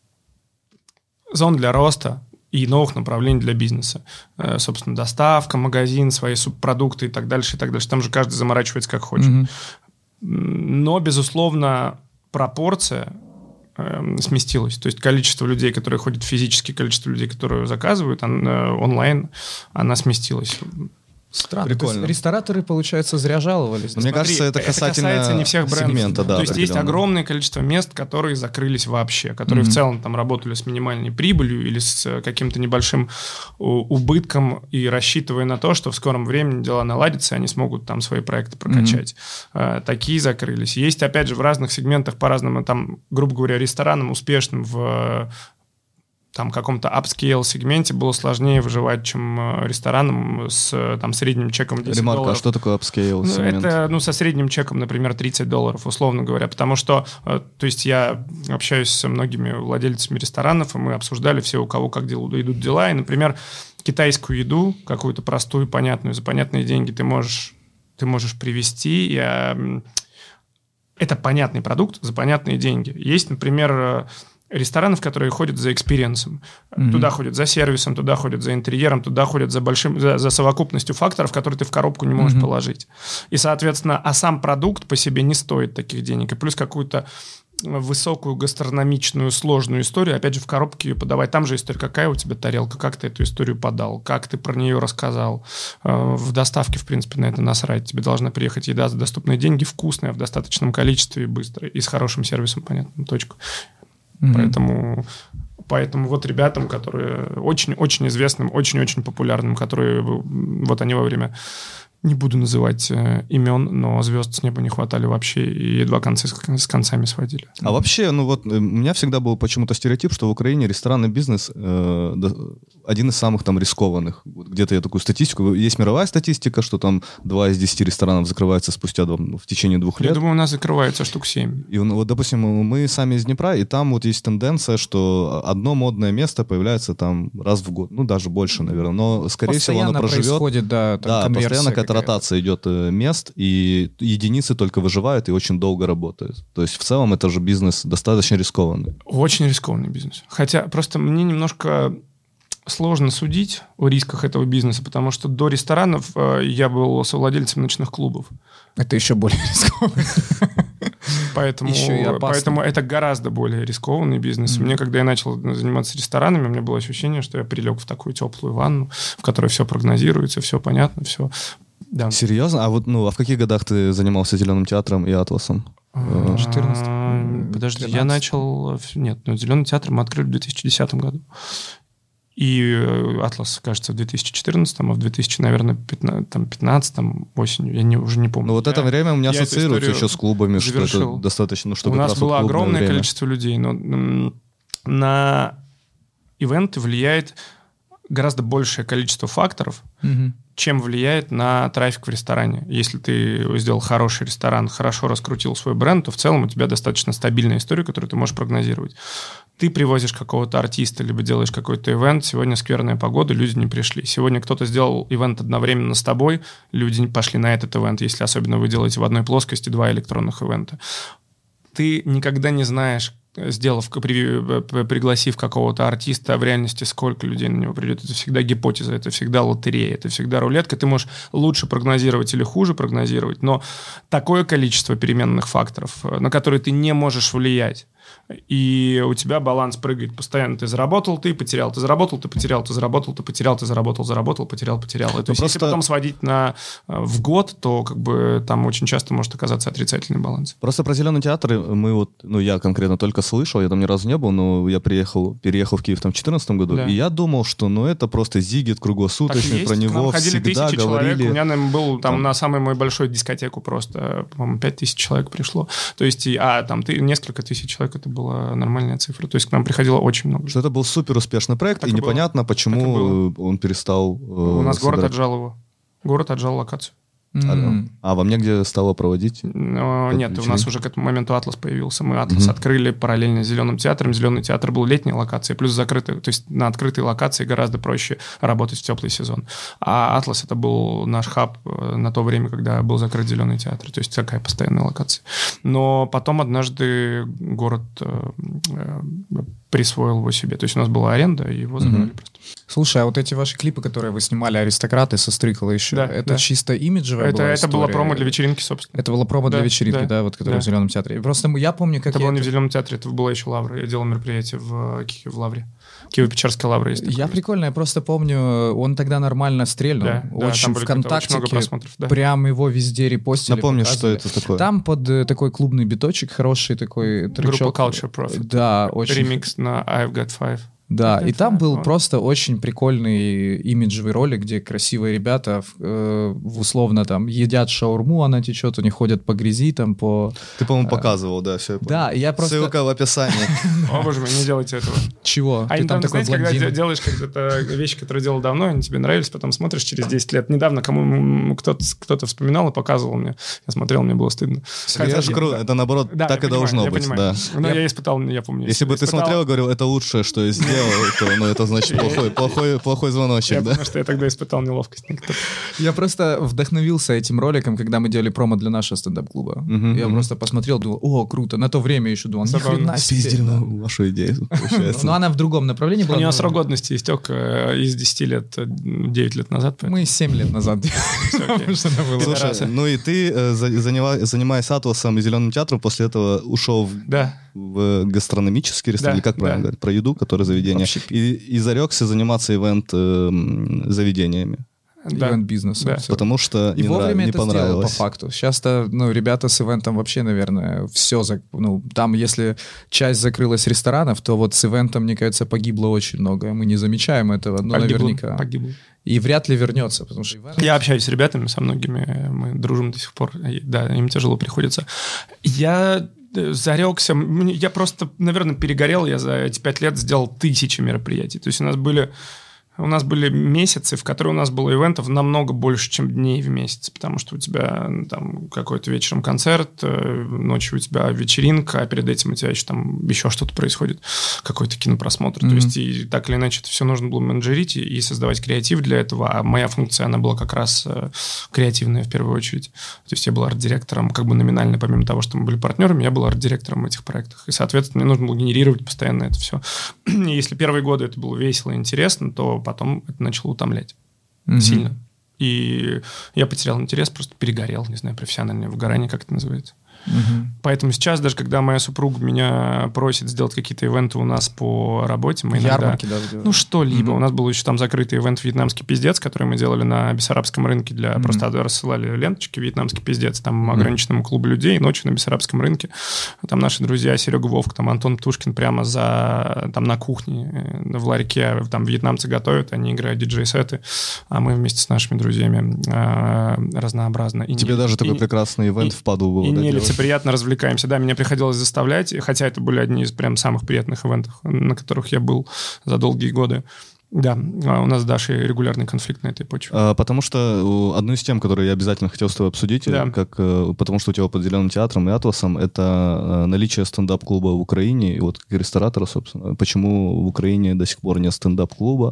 зон для роста и новых направлений для бизнеса. Собственно, доставка, магазин, свои субпродукты и так дальше, и так дальше. Там же каждый заморачивается как хочет. Mm-hmm. Но, безусловно, пропорция сместилась. То есть количество людей, которые ходят физически, количество людей, которые заказывают онлайн, она сместилась. Странно. Прикольно. То есть рестораторы, получается, зря жаловались. Мне кажется, это касается не всех брендов. сегмента, да. То есть есть огромное количество мест, которые закрылись вообще, которые в целом там работали с минимальной прибылью или с каким-то небольшим убытком и рассчитывая на то, что в скором времени дела наладятся, и они смогут там свои проекты прокачать. Такие закрылись. Есть, опять же, в разных сегментах по-разному, там, грубо говоря, ресторанам успешным в там каком-то апскейл-сегменте было сложнее выживать, чем ресторанам с там, средним чеком $10. Ремарка, а что такое апскейл-сегмент? Это, со средним чеком, например, $30, условно говоря, потому что, то есть я общаюсь с многими владельцами ресторанов, и мы обсуждали все, у кого как идут дела, и, например, китайскую еду, какую-то простую, понятную, за понятные деньги ты можешь привезти, и это понятный продукт за понятные деньги. Есть, например, ресторанов, которые ходят за экспириенсом. Туда ходят за сервисом, туда ходят за интерьером, туда ходят за совокупностью факторов, которые ты в коробку не можешь положить. И, соответственно, сам продукт по себе не стоит таких денег. И плюс какую-то высокую гастрономичную сложную историю, опять же, в коробке ее подавать. Там же история, какая у тебя тарелка, как ты эту историю подал, как ты про нее рассказал. В доставке, в принципе, на это насрать. Тебе должна приехать еда за доступные деньги, вкусная, в достаточном количестве и быстро. И с хорошим сервисом, понятно, точка. Поэтому вот ребятам, которые очень-очень известным, очень-очень популярным, которые вот они во время, не буду называть имен, но звезд с неба не хватали вообще, и едва концы с концами сводили. А вообще, ну вот у меня всегда был почему-то стереотип, что в Украине ресторанный бизнес один из самых там рискованных. Вот где-то я такую статистику... Есть мировая статистика, что там 2 из 10 ресторанов закрываются спустя в течение 2 лет. Я думаю, у нас закрывается штук 7. И вот, допустим, мы сами из Днепра, и там вот есть тенденция, что одно модное место появляется там раз в год, ну даже больше, наверное, но скорее постоянно всего оно проживет. Происходит, да, постоянно какая-то ротация идет мест, и единицы только выживают и очень долго работают. То есть в целом это же бизнес достаточно рискованный. Очень рискованный бизнес. Хотя просто мне немножко сложно судить о рисках этого бизнеса, потому что до ресторанов я был совладельцем ночных клубов. Это еще более рискованно. Поэтому это гораздо более рискованный бизнес. Мне, когда я начал заниматься ресторанами, у меня было ощущение, что я прилег в такую теплую ванну, в которой все прогнозируется, все понятно, все. Да. Серьезно? А вот в каких годах ты занимался Зеленым театром и Атласом? 14. Подожди, 13. Я начал... Нет, Зеленый театр мы открыли в 2010 году. И Атлас, кажется, в 2014, а в 2015 осенью, я уже не помню. Ну вот это время у меня ассоциируется еще с клубами, завершил. Что это достаточно, чтобы... У нас было огромное количество людей, но на ивенты влияет гораздо большее количество факторов, чем влияет на трафик в ресторане. Если ты сделал хороший ресторан, хорошо раскрутил свой бренд, то в целом у тебя достаточно стабильная история, которую ты можешь прогнозировать. Ты привозишь какого-то артиста, либо делаешь какой-то ивент, сегодня скверная погода, люди не пришли. Сегодня кто-то сделал ивент одновременно с тобой, люди пошли на этот ивент, если особенно вы делаете в одной плоскости 2 электронных ивента. Ты никогда не знаешь, пригласив какого-то артиста, в реальности сколько людей на него придет. Это всегда гипотеза, это всегда лотерея, это всегда рулетка. Ты можешь лучше прогнозировать или хуже прогнозировать, но такое количество переменных факторов, на которые ты не можешь влиять, и у тебя баланс прыгает постоянно. Ты заработал, ты потерял, ты заработал, ты потерял, ты заработал, ты потерял, ты заработал, заработал, потерял, потерял. То есть, если потом сводить в год, то как бы там очень часто может оказаться отрицательный баланс. Просто про Зеленый театр я конкретно только слышал, я там ни разу не был, но я переехал в Киев там в 2014 году, и я думал, что это просто зигит круглосуточный, про него всегда говорили. Человек. У меня, наверное, был там на самой моей большой дискотеку просто, по-моему, 5000 человек пришло. То есть, несколько тысяч человек, это была нормальная цифра. То есть к нам приходило очень много. Что это был супер успешный проект, так и непонятно, почему он перестал У нас город отжал его. Город отжал локацию. А вам негде стало проводить? Нет, у нас уже к этому моменту Атлас появился. Мы Атлас открыли параллельно с Зеленым театром. Зеленый театр был летней локацией, плюс закрытый. То есть на открытой локации гораздо проще работать в теплый сезон. А Атлас — это был наш хаб на то время, когда был закрыт Зеленый театр. То есть такая постоянная локация. Но потом однажды город присвоил его себе. То есть у нас была аренда, и его забрали просто. Слушай, а вот эти ваши клипы, которые вы снимали, «Аристократы» со Стрыкало еще, это чисто имиджевая была история? Это было промо для вечеринки, собственно. Это было промо для вечеринки, да, вот, которая в Зеленом театре. Просто я помню, как... Это было не в Зеленом театре, это была еще Лавра. Я делал мероприятие в Лавре. Киево-Печерская Лавра есть. Я прикольно, я просто помню, он тогда нормально стрельнул. Да, очень ВКонтакте, много просмотров. Да. Прям его везде репостили. Напомню, что это такое. Там под такой клубный биточек хороший такой тречок. Группа Culture Profit. Да, очень... Ремикс на I've Got Five. Да, и там был просто очень прикольный имиджевый ролик, где красивые ребята условно там едят шаурму, она течет, у них ходят по грязи там по... Ты, по-моему, показывал, да, все. Да, я просто... Ссылка в описании. О, боже мой, не делайте этого. Чего? Ты там такой блондин. Когда делаешь какие-то вещи, которые делал давно, они тебе нравились, потом смотришь через 10 лет. Недавно кому кто-то вспоминал и показывал мне. Я смотрел, мне было стыдно. Это же круто, это наоборот так и должно быть. Но я испытал, я помню. Если бы ты смотрел и говорил, это лучшее, что я сделал, то это значит плохой звоночек, да? Потому что я тогда испытал неловкость. Я просто вдохновился этим роликом, когда мы делали промо для нашего стендап-клуба. Я просто посмотрел, думал, о, круто. На то время еще думал, ни хрена себе. Спиздили вашу идею, получается. Но она в другом направлении была. У нее срок годности истек из 10 лет, 9 лет назад. Мы 7 лет назад делали. Слушай, ну и ты, занимаясь Атласом и Зеленым театром, после этого ушел в гастрономический ресторан, или как правильно говорить, про еду, который заведение, и зарекся заниматься ивент-заведениями. Ивент-бизнесом. Да. Потому что и вовремя не это понравилось. Сделал, по факту. Сейчас-то, ребята с ивентом вообще, наверное, все... там, если часть закрылась ресторанов, то вот с ивентом, мне кажется, погибло очень много. Мы не замечаем этого, но наверняка. Погибло. И вряд ли вернется, потому что... Я общаюсь с ребятами, со многими, мы дружим до сих пор. Да, им тяжело приходится. Я зарекся, я просто, наверное, перегорел. Я за эти 5 лет сделал 1000 мероприятий. То есть у нас были месяцы, в которые у нас было ивентов намного больше, чем дней в месяц, потому что у тебя там какой-то вечером концерт, ночью у тебя вечеринка, а перед этим у тебя еще что-то происходит, какой-то кинопросмотр. То есть и так или иначе это все нужно было менеджерить и создавать креатив для этого, а моя функция, она была как раз креативная в первую очередь. То есть я был арт-директором, как бы номинально, помимо того, что мы были партнерами, я был арт-директором в этих проектах. И, соответственно, мне нужно было генерировать постоянно это все. И если первые годы это было весело и интересно, то потом это начало утомлять сильно. И я потерял интерес, просто перегорел, не знаю, профессиональное выгорание, как это называется. Поэтому сейчас, даже когда моя супруга меня просит сделать какие-то ивенты у нас по работе, мы иногда... Ярмарки, да, что-либо. У нас был еще там закрытый ивент «Вьетнамский пиздец», который мы делали на Бессарабском рынке просто рассылали ленточки «Вьетнамский пиздец», там ограниченному клубу людей, ночью на Бессарабском рынке. Там наши друзья Серега Вовк, там Антон Птушкин прямо там на кухне в ларьке, там вьетнамцы готовят, они играют диджей-сеты, а мы вместе с нашими друзьями разнообразно. Тебе даже такой прекрасный ивент в Паду был, да? Приятно развлекаемся. Да, меня приходилось заставлять, хотя это были одни из прям самых приятных ивентов, на которых я был за долгие годы. Да, у нас с Дашей регулярный конфликт на этой почве. Потому что одну из тем, которую я обязательно хотел с тобой обсудить, потому что у тебя под Зеленым театром и Атласом, это наличие стендап-клуба в Украине, и вот как ресторатора, собственно. Почему в Украине до сих пор нет стендап-клуба?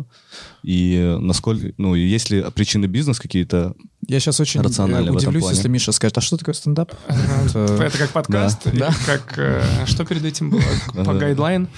И насколько, есть ли причины бизнес какие-то? Я сейчас очень удивлюсь, если Миша скажет, а что такое стендап? Это как подкаст? Как что перед этим было? По гайдлайн?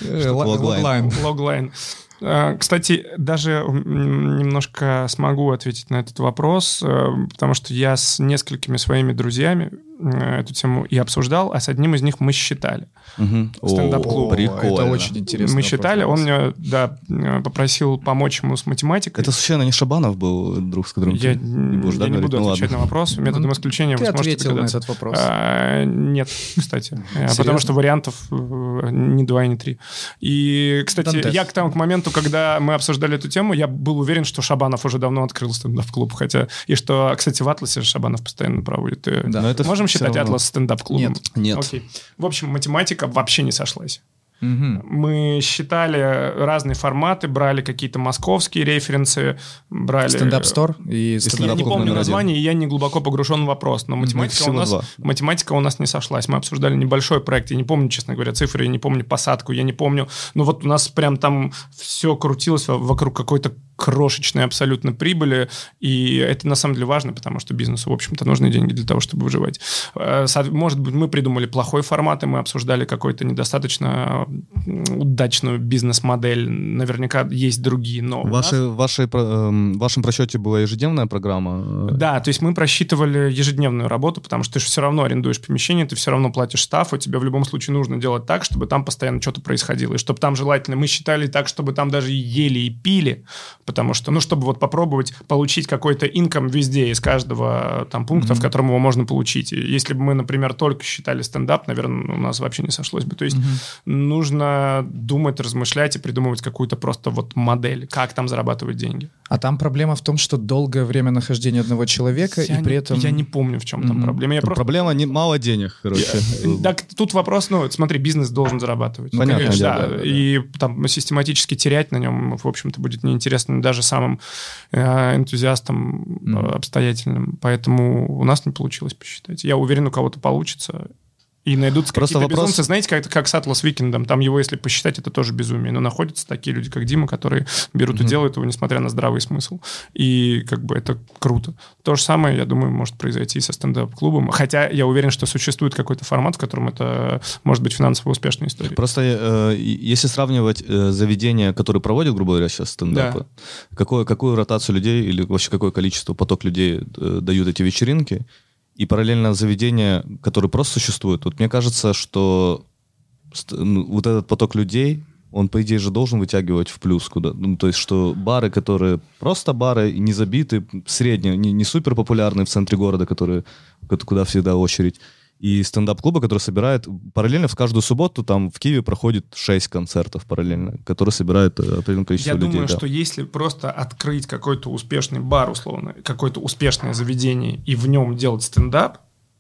Логлайн. Кстати, даже немножко смогу ответить на этот вопрос, потому что я с несколькими своими друзьями эту тему и обсуждал, а с одним из них мы считали. Стендап-клуб. Прикольно. Это очень интересно. Мы считали, он мне попросил помочь ему с математикой. Это случайно не Шабанов был друг, с которым я не буду отвечать на вопрос. Методом исключения вы сможете ответил на этот вопрос? Нет, кстати. Потому что вариантов не 2 и не 3. И, кстати, я к моменту, когда мы обсуждали эту тему, я был уверен, что Шабанов уже давно открыл стендап-клуб. И что, кстати, в Атласе Шабанов постоянно проводит. Можем считать Атлас стендап-клубом? Нет. Окей. В общем, математика вообще не сошлась. Мы считали разные форматы, брали какие-то московские референсы, брали... Стендап-стор и стендап-клуб. Я не помню название, и я не глубоко погружен в вопрос, но математика у нас не сошлась. Мы обсуждали небольшой проект, я не помню, честно говоря, цифры, я не помню посадку, я не помню... вот у нас прям там все крутилось вокруг какой-то крошечной абсолютно прибыли, и это на самом деле важно, потому что бизнесу, в общем-то, нужны деньги для того, чтобы выживать. Может быть, мы придумали плохой формат, и мы обсуждали какой-то недостаточно удачную бизнес-модель. Наверняка есть другие, но... В вашем просчете была ежедневная программа? Да, то есть мы просчитывали ежедневную работу, потому что ты же все равно арендуешь помещение, ты все равно платишь штафу, тебе в любом случае нужно делать так, чтобы там постоянно что-то происходило, и чтобы там желательно... Мы считали так, чтобы там даже ели и пили, потому что, чтобы вот попробовать получить какой-то инком везде из каждого там пункта, в котором его можно получить. И если бы мы, например, только считали стендап, наверное, у нас вообще не сошлось бы. То есть нужно думать, размышлять и придумывать какую-то просто вот модель, как там зарабатывать деньги. А там проблема в том, что долгое время нахождения одного человека, и при этом... Я не помню, в чем там проблема. Проблема мало денег, короче. Так, тут вопрос, смотри, бизнес должен зарабатывать. Понятно. Да. И там систематически терять на нем, в общем-то, будет неинтересно даже самым энтузиастам обстоятельным. Поэтому у нас не получилось посчитать. Я уверен, у кого-то получится. И найдутся какие-то безумцы. Знаете, как с Atlas Weekend, там его, если посчитать, это тоже безумие. Но находятся такие люди, как Дима, которые берут и делают его, несмотря на здравый смысл. И как бы это круто. То же самое, я думаю, может произойти со стендап-клубом. Хотя я уверен, что существует какой-то формат, в котором это может быть финансово успешная история. Просто если сравнивать заведения, которые проводят, грубо говоря, сейчас стендапы, какую ротацию людей или вообще какое количество, поток людей дают эти вечеринки, и параллельно заведения, которые просто существуют, вот мне кажется, что вот этот поток людей, он, по идее же, должен вытягивать в плюс куда. То есть, что бары, которые просто бары, не забиты, средние, не супер популярные в центре города, куда всегда очередь, и стендап-клубы, которые собирают параллельно в каждую субботу, там в Киеве проходит 6 концертов параллельно, которые собирают определенное количество людей. Я думаю, что если просто открыть какой-то успешный бар, условно, какое-то успешное заведение и в нем делать стендап,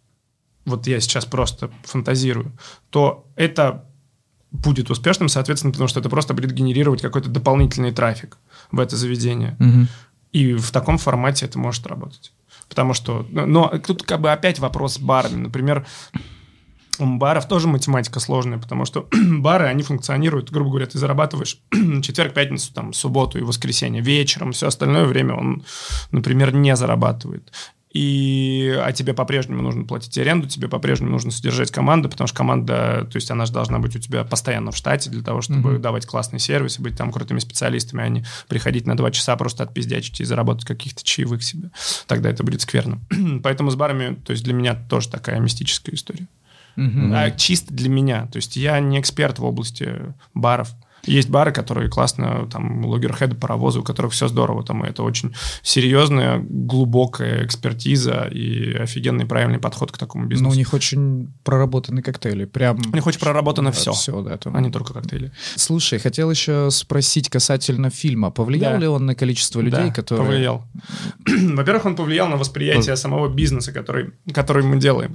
вот я сейчас просто фантазирую, то это будет успешным, соответственно, потому что это просто будет генерировать какой-то дополнительный трафик в это заведение. И в таком формате это может работать. Потому что... Но тут как бы опять вопрос с барами. Например, у баров тоже математика сложная, потому что бары, они функционируют, грубо говоря, ты зарабатываешь четверг, пятницу, там, субботу и воскресенье вечером, все остальное время он, например, не зарабатывает. А тебе по-прежнему нужно платить аренду, тебе по-прежнему нужно содержать команду, потому что команда, то есть она же должна быть у тебя постоянно в штате для того, чтобы давать классный сервис и быть там крутыми специалистами, а не приходить на 2 часа просто отпиздячить и заработать каких-то чаевых себе. Тогда это будет скверно. Поэтому с барами, то есть для меня тоже такая мистическая история. А чисто для меня. То есть я не эксперт в области баров. Есть бары, которые классно, там, логерхеды, паровозы, у которых все здорово. Там, это очень серьезная, глубокая экспертиза и офигенный правильный подход к такому бизнесу. Но у них очень проработаны коктейли. Прям... У них очень проработано все. Все, да. А не только коктейли. Слушай, хотел еще спросить касательно фильма. Повлиял ли он на количество людей, которые... повлиял. Во-первых, он повлиял на восприятие самого бизнеса, который мы делаем.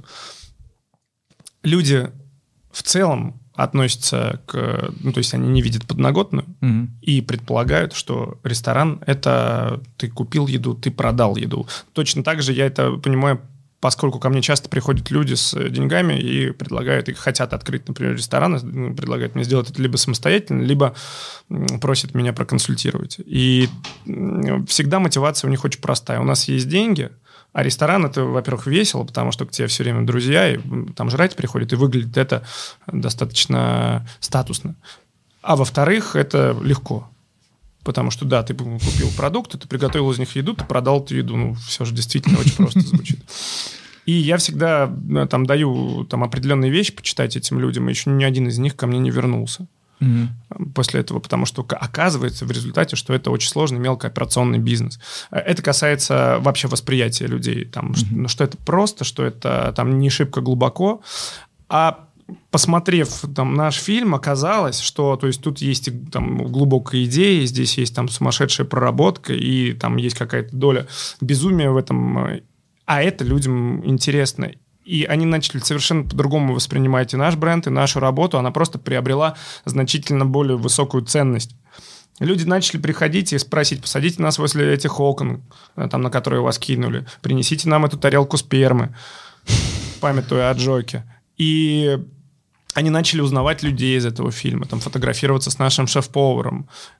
Люди в целом относятся к... Ну, то есть они не видят подноготную и предполагают, что ресторан – это ты купил еду, ты продал еду. Точно так же я это понимаю, поскольку ко мне часто приходят люди с деньгами и предлагают, и хотят открыть, например, ресторан, предлагают мне сделать это либо самостоятельно, либо просят меня проконсультировать. И всегда мотивация у них очень простая. У нас есть деньги, а ресторан – это, во-первых, весело, потому что к тебе все время друзья, и там жрать приходят, и выглядит это достаточно статусно. А во-вторых, это легко. Потому что, да, ты купил продукты, ты приготовил из них еду, ты продал эту еду. Ну, все же действительно очень просто звучит. И я всегда там даю определенные вещи почитать этим людям, и еще ни один из них ко мне не вернулся. После этого, потому что оказывается в результате, что это очень сложный мелкооперационный бизнес. Это касается вообще восприятия людей, там, что это просто, что это там не шибко глубоко, а посмотрев там наш фильм, оказалось, что то есть тут есть там глубокая идея, здесь есть там сумасшедшая проработка, и там есть какая-то доля безумия в этом, а это людям интересно. И они начали совершенно по-другому воспринимать и наш бренд, и нашу работу. Она просто приобрела значительно более высокую ценность. Люди начали приходить и спросить: посадите нас возле этих окон, там, на которые вас кинули, принесите нам эту тарелку спермы, памятуя о Джоке. И они начали узнавать людей из этого фильма, там, фотографироваться с нашим шеф-поваром.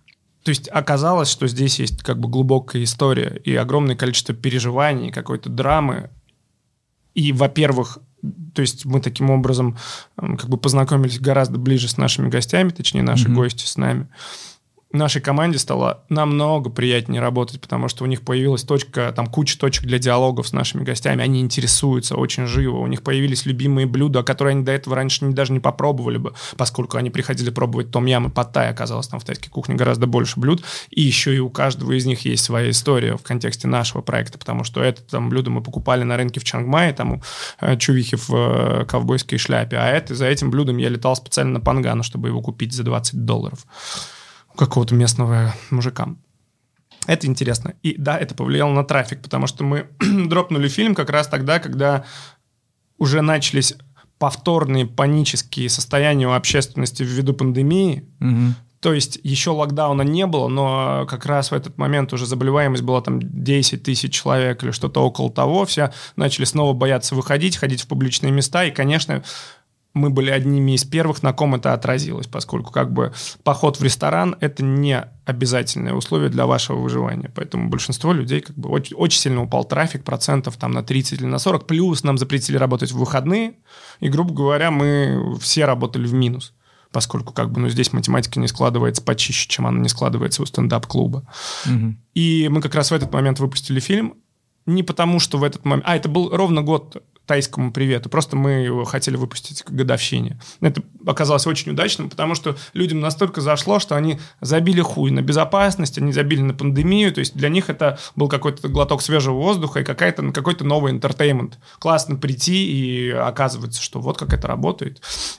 То есть оказалось, что здесь есть как бы глубокая история и огромное количество переживаний, какой-то драмы. И, во-первых, то есть мы таким образом как бы познакомились гораздо ближе с нашими гостями, точнее, наши гости с нами. Нашей команде стало намного приятнее работать, потому что у них появилась точка, там куча точек для диалогов с нашими гостями, они интересуются очень живо, у них появились любимые блюда, которые они до этого раньше даже не попробовали бы, поскольку они приходили пробовать том-ям и пад-тай, оказалось там в тайской кухне гораздо больше блюд, и еще и у каждого из них есть своя история в контексте нашего проекта, потому что это там блюдо мы покупали на рынке в Чангмае, там у чувихи в ковбойской шляпе, а за этим блюдом я летал специально на Пангану, чтобы его купить за $20. Какого-то местного мужика. Это интересно. И да, это повлияло на трафик, потому что мы дропнули фильм как раз тогда, когда уже начались повторные панические состояния у общественности ввиду пандемии. То есть еще локдауна не было, но как раз в этот момент уже заболеваемость была там 10 тысяч человек или что-то около того. Все начали снова бояться выходить, ходить в публичные места. И, конечно, мы были одними из первых, на ком это отразилось, поскольку как бы поход в ресторан – это не обязательное условие для вашего выживания. Поэтому большинство людей как бы очень сильно упал трафик, процентов там на 30 или на 40. Плюс нам запретили работать в выходные. И, грубо говоря, мы все работали в минус, поскольку как бы, здесь математика не складывается почище, чем она не складывается у стендап-клуба. И мы как раз в этот момент выпустили фильм. Не потому, что в этот момент... это был ровно год тайскому привету. Просто мы его хотели выпустить к годовщине. Это оказалось очень удачным, потому что людям настолько зашло, что они забили хуй на безопасность, они забили на пандемию. То есть для них это был какой-то глоток свежего воздуха и какой-то новый интертеймент. Классно прийти, и оказывается, что вот как это работает.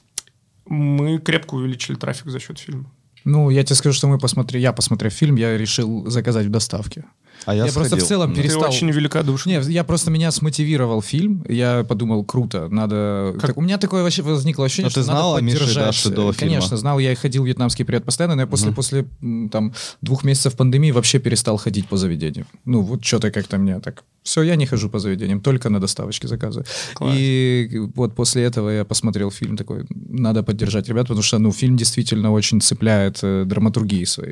Мы крепко увеличили трафик за счет фильма. Я тебе скажу, что я, посмотрев фильм, я решил заказать в доставке. Я просто в целом перестал... Ты очень великодушный. Нет, меня смотивировал фильм. Я подумал, круто, надо... У меня такое вообще возникло ощущение, что надо поддержать. Конечно, знал, я ходил в вьетнамский привет постоянно, но я после 2 месяцев пандемии вообще перестал ходить по заведениям. Что-то как-то мне так... Все, я не хожу по заведениям, только на доставочке заказываю. Класс. И вот после этого я посмотрел фильм такой, надо поддержать ребят, потому что фильм действительно очень цепляет драматургией своей.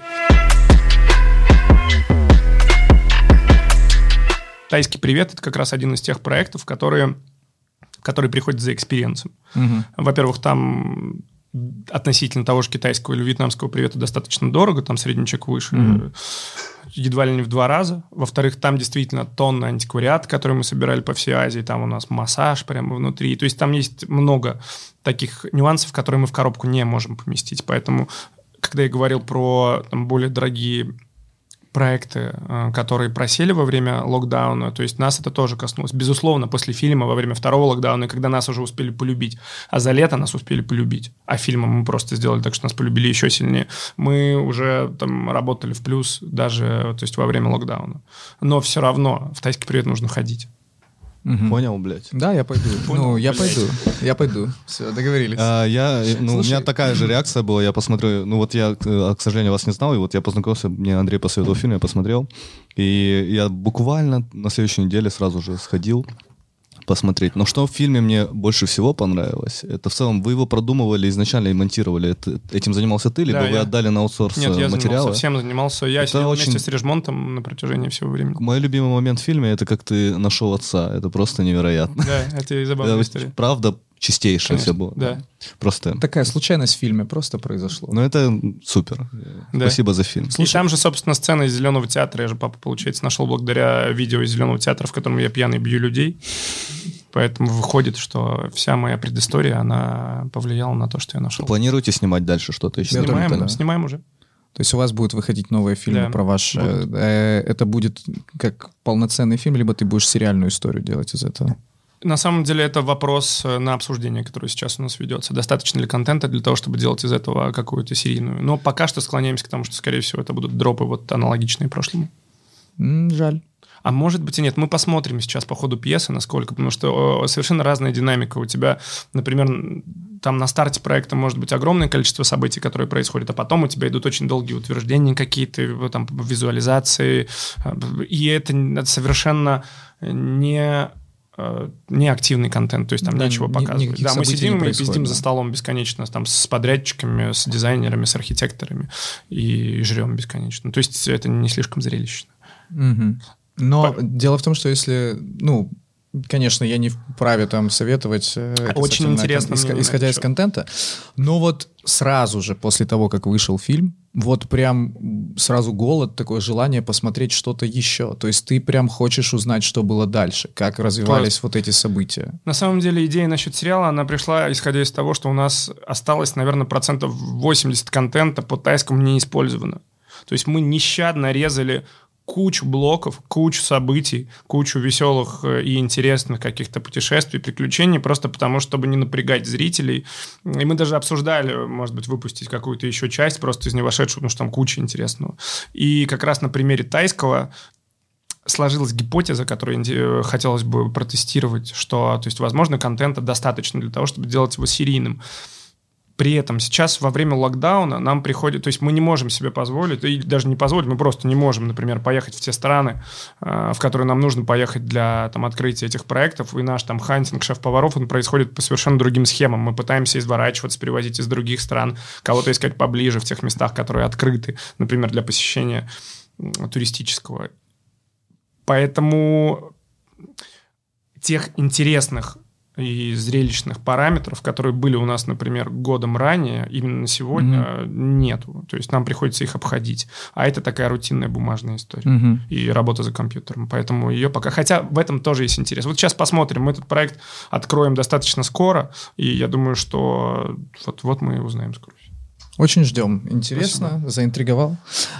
«Тайский привет» — это как раз один из тех проектов, которые приходят за экспириенсом. Во-первых, там относительно того же китайского или вьетнамского привета достаточно дорого, там средний чек выше, едва ли не в 2 раза. Во-вторых, там действительно тонна антиквариата, который мы собирали по всей Азии, там у нас массаж прямо внутри. То есть там есть много таких нюансов, которые мы в коробку не можем поместить. Поэтому, когда я говорил про более дорогие проекты, которые просели во время локдауна, то есть нас это тоже коснулось. Безусловно, после фильма, во время 2-го локдауна, когда нас уже успели полюбить, а за лето нас успели полюбить, а фильмом мы просто сделали так, что нас полюбили еще сильнее, мы уже там работали в плюс даже, то есть во время локдауна. Но все равно в «Тайский привет» нужно ходить. Понял, блядь? Да, я пойду. Я пойду. Все, договорились. У меня такая же реакция была. Я посмотрю. Я, к сожалению, вас не знал. И вот я познакомился, мне Андрей посоветовал фильм, я посмотрел. И я буквально на следующей неделе сразу же сходил посмотреть. Но что в фильме мне больше всего понравилось, это в целом вы его продумывали изначально и монтировали. Этим занимался ты, либо вы отдали на аутсорс материалы? Нет, я совсем занимался. Я сидел вместе с Режмонтом на протяжении всего времени. Мой любимый момент в фильме — это как ты нашел отца. Это просто невероятно. Да, это и забавная история. Правда, чистейшее все было. Да. Просто... Такая случайность в фильме просто произошло. Это супер. Да. Спасибо за фильм. И там же, собственно, сцена из «Зеленого театра». Я же, папа, получается, нашел благодаря видео из «Зеленого театра», в котором я пьяный бью людей. Поэтому выходит, что вся моя предыстория, она повлияла на то, что я нашел. Планируете снимать дальше что-то еще? Снимаем уже. То есть у вас будут выходить новые фильмы про ваш... Это будет как полноценный фильм, либо ты будешь сериальную историю делать из этого? На самом деле это вопрос на обсуждение, который сейчас у нас ведется. Достаточно ли контента для того, чтобы делать из этого какую-то серийную? Но пока что склоняемся к тому, что, скорее всего, это будут дропы аналогичные прошлому. Жаль. А может быть и нет. Мы посмотрим сейчас по ходу пьесы, насколько. Потому что совершенно разная динамика. У тебя, например, там на старте проекта может быть огромное количество событий, которые происходят, а потом у тебя идут очень долгие утверждения какие-то, там, визуализации. И это совершенно не неактивный контент, то есть там нечего показывать. Да, мы сидим и пиздим за столом бесконечно, там с подрядчиками, с дизайнерами, с архитекторами и жрем бесконечно. То есть это не слишком зрелищно. Угу. Но дело в том, что если, конечно, я не вправе там советовать очень интересно, исходя из контента, но вот сразу же после того, как вышел фильм, вот прям сразу голод, такое желание посмотреть что-то еще. То есть ты прям хочешь узнать, что было дальше, как развивались вот эти события. На самом деле идея насчет сериала, она пришла, исходя из того, что у нас осталось, наверное, 80% контента по тайскому не использовано. То есть мы нещадно резали кучу блоков, кучу событий, кучу веселых и интересных каких-то путешествий, приключений, просто потому, чтобы не напрягать зрителей. И мы даже обсуждали, может быть, выпустить какую-то еще часть, просто из не вошедшую, потому что там куча интересного. И как раз на примере тайского сложилась гипотеза, которую хотелось бы протестировать, что, то есть, возможно, контента достаточно для того, чтобы сделать его серийным. При этом сейчас во время локдауна нам приходит, то есть мы не можем себе позволить, и даже не позволить, мы просто не можем, например, поехать в те страны, в которые нам нужно поехать для там, открытия этих проектов, и наш там хантинг шеф-поваров, он происходит по совершенно другим схемам. Мы пытаемся изворачиваться, привозить из других стран, кого-то искать поближе в тех местах, которые открыты, например, для посещения туристического. Поэтому тех интересных и зрелищных параметров, которые были у нас, например, годом ранее, именно на сегодня нету. То есть нам приходится их обходить. А это такая рутинная бумажная история. И работа за компьютером. Поэтому ее пока... Хотя в этом тоже есть интерес. Вот сейчас посмотрим. Мы этот проект откроем достаточно скоро. И я думаю, что вот мы узнаем скоро. Очень ждем. Интересно, спасибо. Заинтриговал.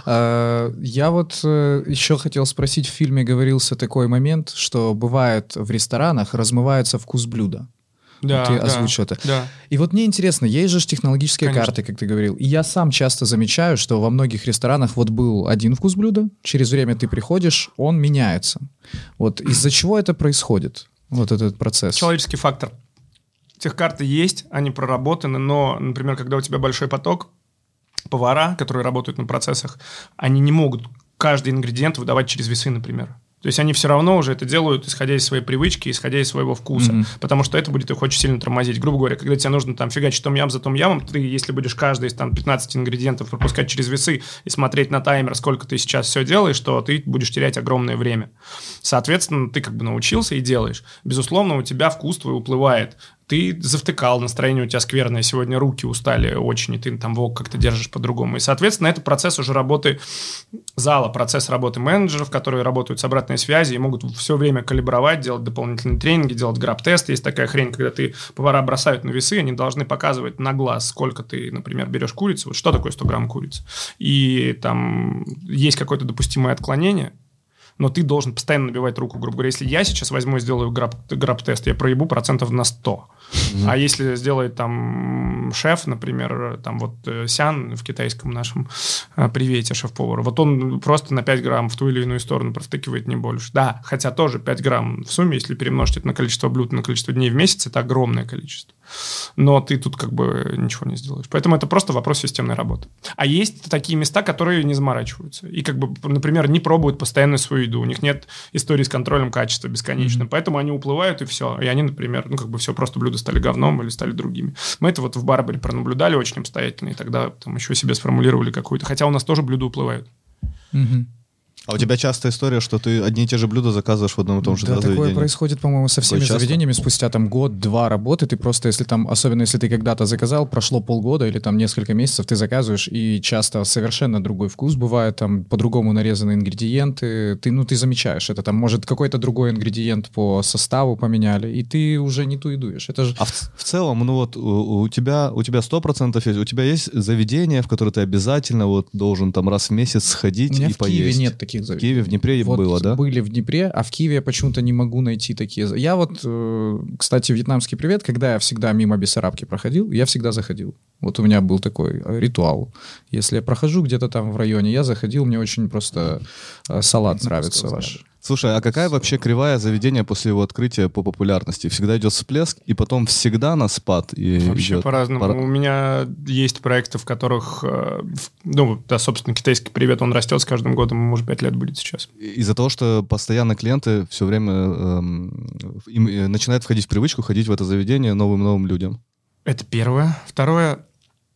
Я вот еще хотел спросить, в фильме говорился такой момент, что бывает в ресторанах размывается вкус блюда. Да, ты озвучил это. Да. И вот мне интересно, есть же технологические карты, как ты говорил. И я сам часто замечаю, что во многих ресторанах вот был один вкус блюда, через время ты приходишь, он меняется. Вот из-за чего это происходит? Вот этот процесс. Человеческий фактор. Техкарты есть, они проработаны, но, например, когда у тебя большой поток, повара, которые работают на процессах, они не могут каждый ингредиент выдавать через весы, например. То есть они все равно уже это делают, исходя из своей привычки, исходя из своего вкуса. Потому что это будет их очень сильно тормозить. Грубо говоря, когда тебе нужно там фигачить том-ям за том-ямом, ты, если будешь каждый из там 15 ингредиентов пропускать через весы и смотреть на таймер, сколько ты сейчас все делаешь, то ты будешь терять огромное время. Соответственно, ты как бы научился и делаешь. Безусловно, у тебя вкус твой уплывает. Ты завтыкал, настроение у тебя скверное, сегодня руки устали очень, и ты там вок как-то держишь по-другому. И, соответственно, это процесс уже работы зала, процесс работы менеджеров, которые работают с обратной связью и могут все время калибровать, делать дополнительные тренинги, делать граб-тесты. Есть такая хрень, когда повара бросают на весы, они должны показывать на глаз, сколько ты, например, берешь курицы. Вот что такое 100 грамм курицы? И там есть какое-то допустимое отклонение, но ты должен постоянно набивать руку, грубо говоря. Если я сейчас возьму и сделаю граб-тест, я проебу процентов на 100. А если сделает там шеф, например, там вот Сян в китайском нашем привете шеф-повара, вот он просто на 5 грамм в ту или иную сторону провтыкивает, не больше. Да, хотя тоже 5 грамм в сумме, если перемножить это на количество блюд, на количество дней в месяц, это огромное количество. Но ты тут как бы ничего не сделаешь. Поэтому это просто вопрос системной работы. А есть такие места, которые не заморачиваются. И как бы, например, не пробуют постоянно свою еду. У них нет истории с контролем качества бесконечно. Поэтому они уплывают, и все. И они, например, все, просто блюда стали говном или стали другими. Мы это вот в Барбаре пронаблюдали очень обстоятельно, и тогда там еще себе сформулировали какую-то. Хотя у нас тоже блюда уплывают. А у тебя частая история, что ты одни и те же блюда заказываешь в одном и том же заведении? Да, такое происходит, по-моему, со всеми заведениями. Спустя там год-два работы ты просто, если там, особенно если ты когда-то заказал, прошло полгода или там несколько месяцев, ты заказываешь, и часто совершенно другой вкус бывает, там по-другому нарезаны ингредиенты, ты замечаешь это, там может какой-то другой ингредиент по составу поменяли, и ты уже не ту еду ешь. Это же... А в целом, у тебя 100% есть, у тебя есть заведение, в которое ты обязательно должен там раз в месяц сходить и поесть? У меня в Киеве нет таких. В Киеве, в Днепре вот было, да? Были в Днепре, а в Киеве я почему-то не могу найти такие. Я кстати, вьетнамский привет, когда я всегда мимо Бессарабки проходил, я всегда заходил. Вот у меня был такой ритуал. Если я прохожу где-то там в районе, я заходил, мне очень просто салат нравится ваш. Слушай, а какая вообще кривая заведения после его открытия по популярности? Всегда идет всплеск, и потом всегда на спад? И вообще идет... по-разному. У меня есть проекты, в которых, собственно, китайский привет, он растет с каждым годом, ему уже 5 лет будет сейчас. Из-за того, что постоянно клиенты все время им начинают входить в привычку ходить в это заведение новым людям. Это первое. Второе.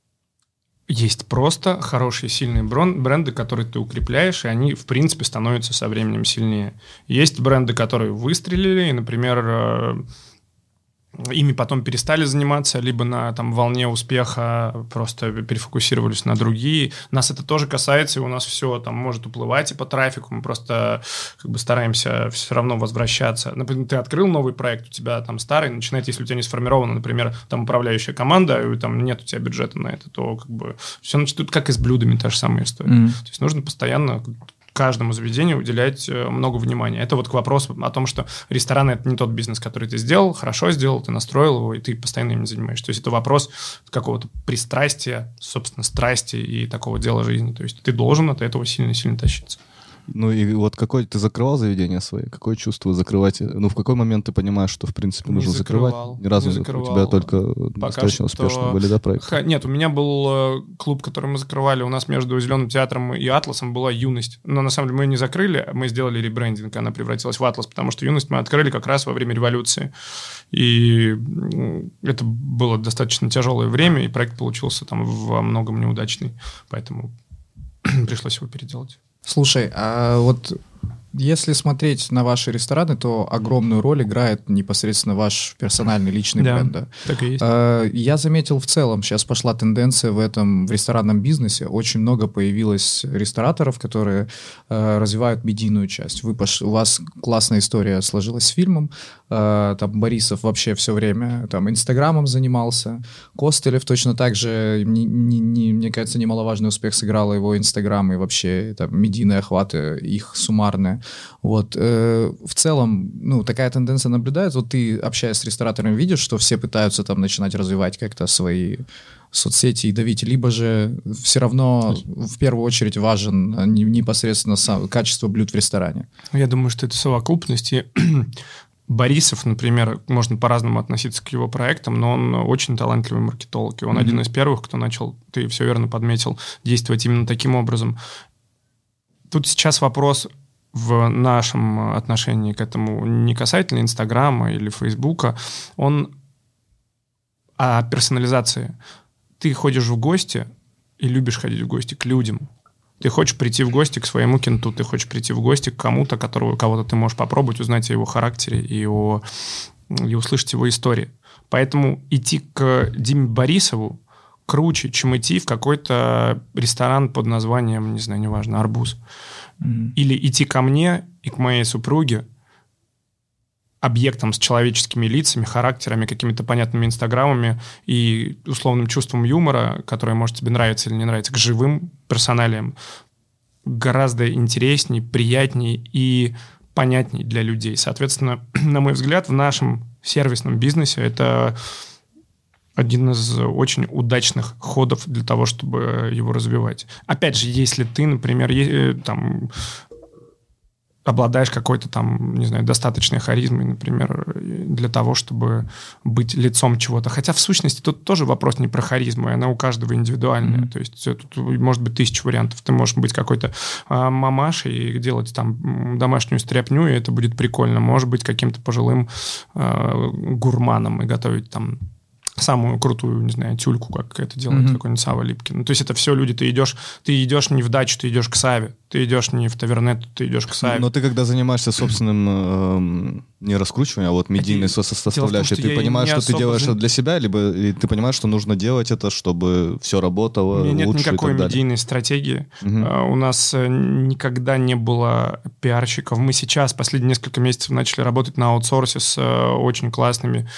Есть просто хорошие, сильные бренды, которые ты укрепляешь, и они, в принципе, становятся со временем сильнее. Есть бренды, которые выстрелили, и, например, ими потом перестали заниматься, либо на волне успеха просто перефокусировались на другие. Нас это тоже касается, и у нас все там может уплывать и по трафику. Мы просто стараемся все равно возвращаться. Например, ты открыл новый проект, у тебя там старый, начинает, если у тебя не сформирована, например, там управляющая команда, и там нет у тебя бюджета на это, то все начнет, как и с блюдами, та же самая история. То есть нужно постоянно каждому заведению уделять много внимания. Это к вопросу о том, что ресторан – это не тот бизнес, который ты сделал, хорошо сделал, ты настроил его, и ты постоянно им занимаешься. То есть это вопрос какого-то пристрастия, собственно, страсти и такого дела жизни. То есть ты должен от этого сильно-сильно тащиться. Ну и какой ты закрывал заведения свои? Какое чувство закрывать? В какой момент ты понимаешь, что в принципе нужно закрывать? Ни разу не закрывал. У тебя только достаточно успешно были, да, проекты? Нет, у меня был клуб, который мы закрывали. У нас между Зеленым театром и Атласом была Юность. Но на самом деле мы ее не закрыли, мы сделали ребрендинг, она превратилась в Атлас, потому что Юность мы открыли как раз во время революции. И это было достаточно тяжелое время, и проект получился во многом неудачный. Поэтому пришлось его переделать. Слушай, а если смотреть на ваши рестораны, то огромную роль играет непосредственно ваш персональный личный бренд. Да, так и есть. Я заметил в целом, сейчас пошла тенденция в ресторанном бизнесе. Очень много появилось рестораторов, которые развивают медийную часть. У вас классная история сложилась с фильмом. Там Борисов вообще все время Инстаграмом занимался. Костылев точно так же, мне кажется, немаловажный успех сыграл его Инстаграм и вообще медийные охваты, их суммарные. В целом, такая тенденция наблюдается. Ты, общаясь с рестораторами, видишь, что все пытаются начинать развивать как-то свои соцсети и давить, либо же все равно в первую очередь важен непосредственно качество блюд в ресторане? Я думаю, что это совокупность. И Борисов, например, можно по-разному относиться к его проектам, но он очень талантливый маркетолог, и он один из первых, кто начал, ты все верно подметил, действовать именно таким образом. Тут сейчас вопрос в нашем отношении к этому не касательно Инстаграма или Фейсбука, он о персонализации. Ты ходишь в гости и любишь ходить в гости к людям. Ты хочешь прийти в гости к своему кенту, ты хочешь прийти в гости к кому-то, кого-то ты можешь попробовать, узнать о его характере и услышать его истории. Поэтому идти к Диме Борисову круче, чем идти в какой-то ресторан под названием, не знаю, неважно, «Арбуз». Или идти ко мне и к моей супруге, объектом с человеческими лицами, характерами, какими-то понятными инстаграмами и условным чувством юмора, которое может тебе нравиться или не нравиться, к живым персоналиям, гораздо интересней, приятней и понятней для людей. Соответственно, на мой взгляд, в нашем сервисном бизнесе это один из очень удачных ходов для того, чтобы его развивать. Опять же, если ты, например, обладаешь какой-то достаточной харизмой, например, для того, чтобы быть лицом чего-то. Хотя, в сущности, тут тоже вопрос не про харизму, и она у каждого индивидуальная. То есть тут может быть 1000 вариантов. Ты можешь быть какой-то мамашей и делать домашнюю стряпню, и это будет прикольно. Может быть каким-то пожилым гурманом и готовить самую крутую, не знаю, тюльку, как это делает какой-нибудь Сава Липкин. То есть это все люди. Ты идешь не в дачу, ты идешь к Саве. Ты идешь не в тавернету, ты идешь к Саве. Но ты, когда занимаешься собственным не раскручиванием, а медийной составляющей, ты понимаешь, что ты делаешь это для себя, либо ты понимаешь, что нужно делать это, чтобы все работало лучше и так далее? У меня нет никакой медийной стратегии. У нас никогда не было пиарщиков. Мы сейчас, последние несколько месяцев, начали работать на аутсорсе с очень классными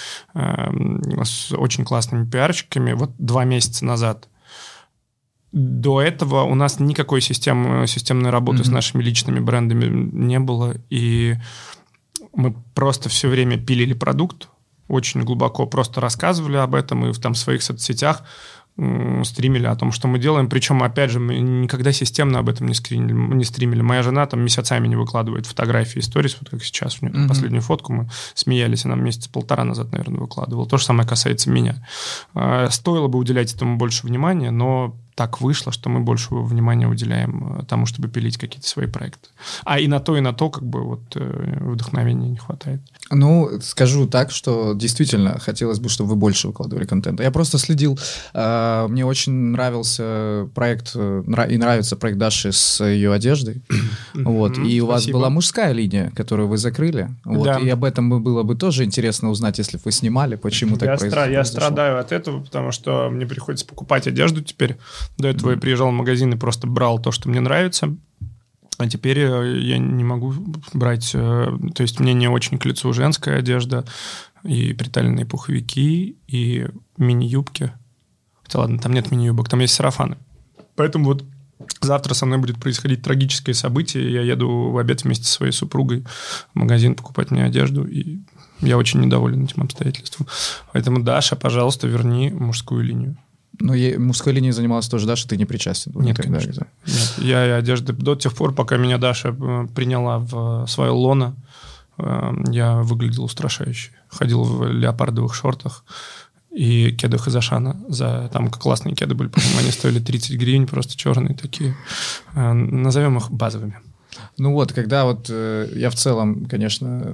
пиарщиками. 2 месяца назад. До этого у нас никакой системной работы с нашими личными брендами не было, и мы просто все время пилили продукт, очень глубоко просто рассказывали об этом и в своих соцсетях стримили о том, что мы делаем. Причем, опять же, мы никогда системно об этом не стримили. Моя жена там месяцами не выкладывает фотографии, сторис, вот как сейчас. У нее последнюю фотку мы смеялись, она месяца полтора назад, наверное, выкладывала. То же самое касается меня. Стоило бы уделять этому больше внимания, но так вышло, что мы больше внимания уделяем тому, чтобы пилить какие-то свои проекты. И на то, как бы вот вдохновения не хватает. Ну, скажу так, что действительно хотелось бы, чтобы вы больше выкладывали контента. Я просто следил, мне очень нравился проект, и нравится проект Даши с ее одеждой. Вот, и у вас была мужская линия, которую вы закрыли. Вот, да. И об этом было бы тоже интересно узнать, если бы вы снимали, почему так произошло. Я страдаю от этого, потому что мне приходится покупать одежду теперь. До этого я приезжал в магазин и просто брал то, что мне нравится. А теперь я не могу брать... То есть мне не очень к лицу женская одежда, и приталенные пуховики, и мини-юбки. Хотя ладно, там нет мини-юбок, там есть сарафаны. Поэтому вот завтра со мной будет происходить трагическое событие. Я еду в обед вместе со своей супругой в магазин покупать мне одежду, и я очень недоволен этим обстоятельством. Поэтому, Даша, пожалуйста, верни мужскую линию. Но мужской линией занималась тоже Даша, ты не причастен? Нет, конечно. Нет. Я одежды... До тех пор, пока меня Даша приняла в свое лоно, я выглядел устрашающе. Ходил в леопардовых шортах и кедах из Ашана. Там классные кеды были, по-моему, они стоили 30 гривен, просто черные такие. Назовем их базовыми. Ну вот, когда вот я в целом, конечно...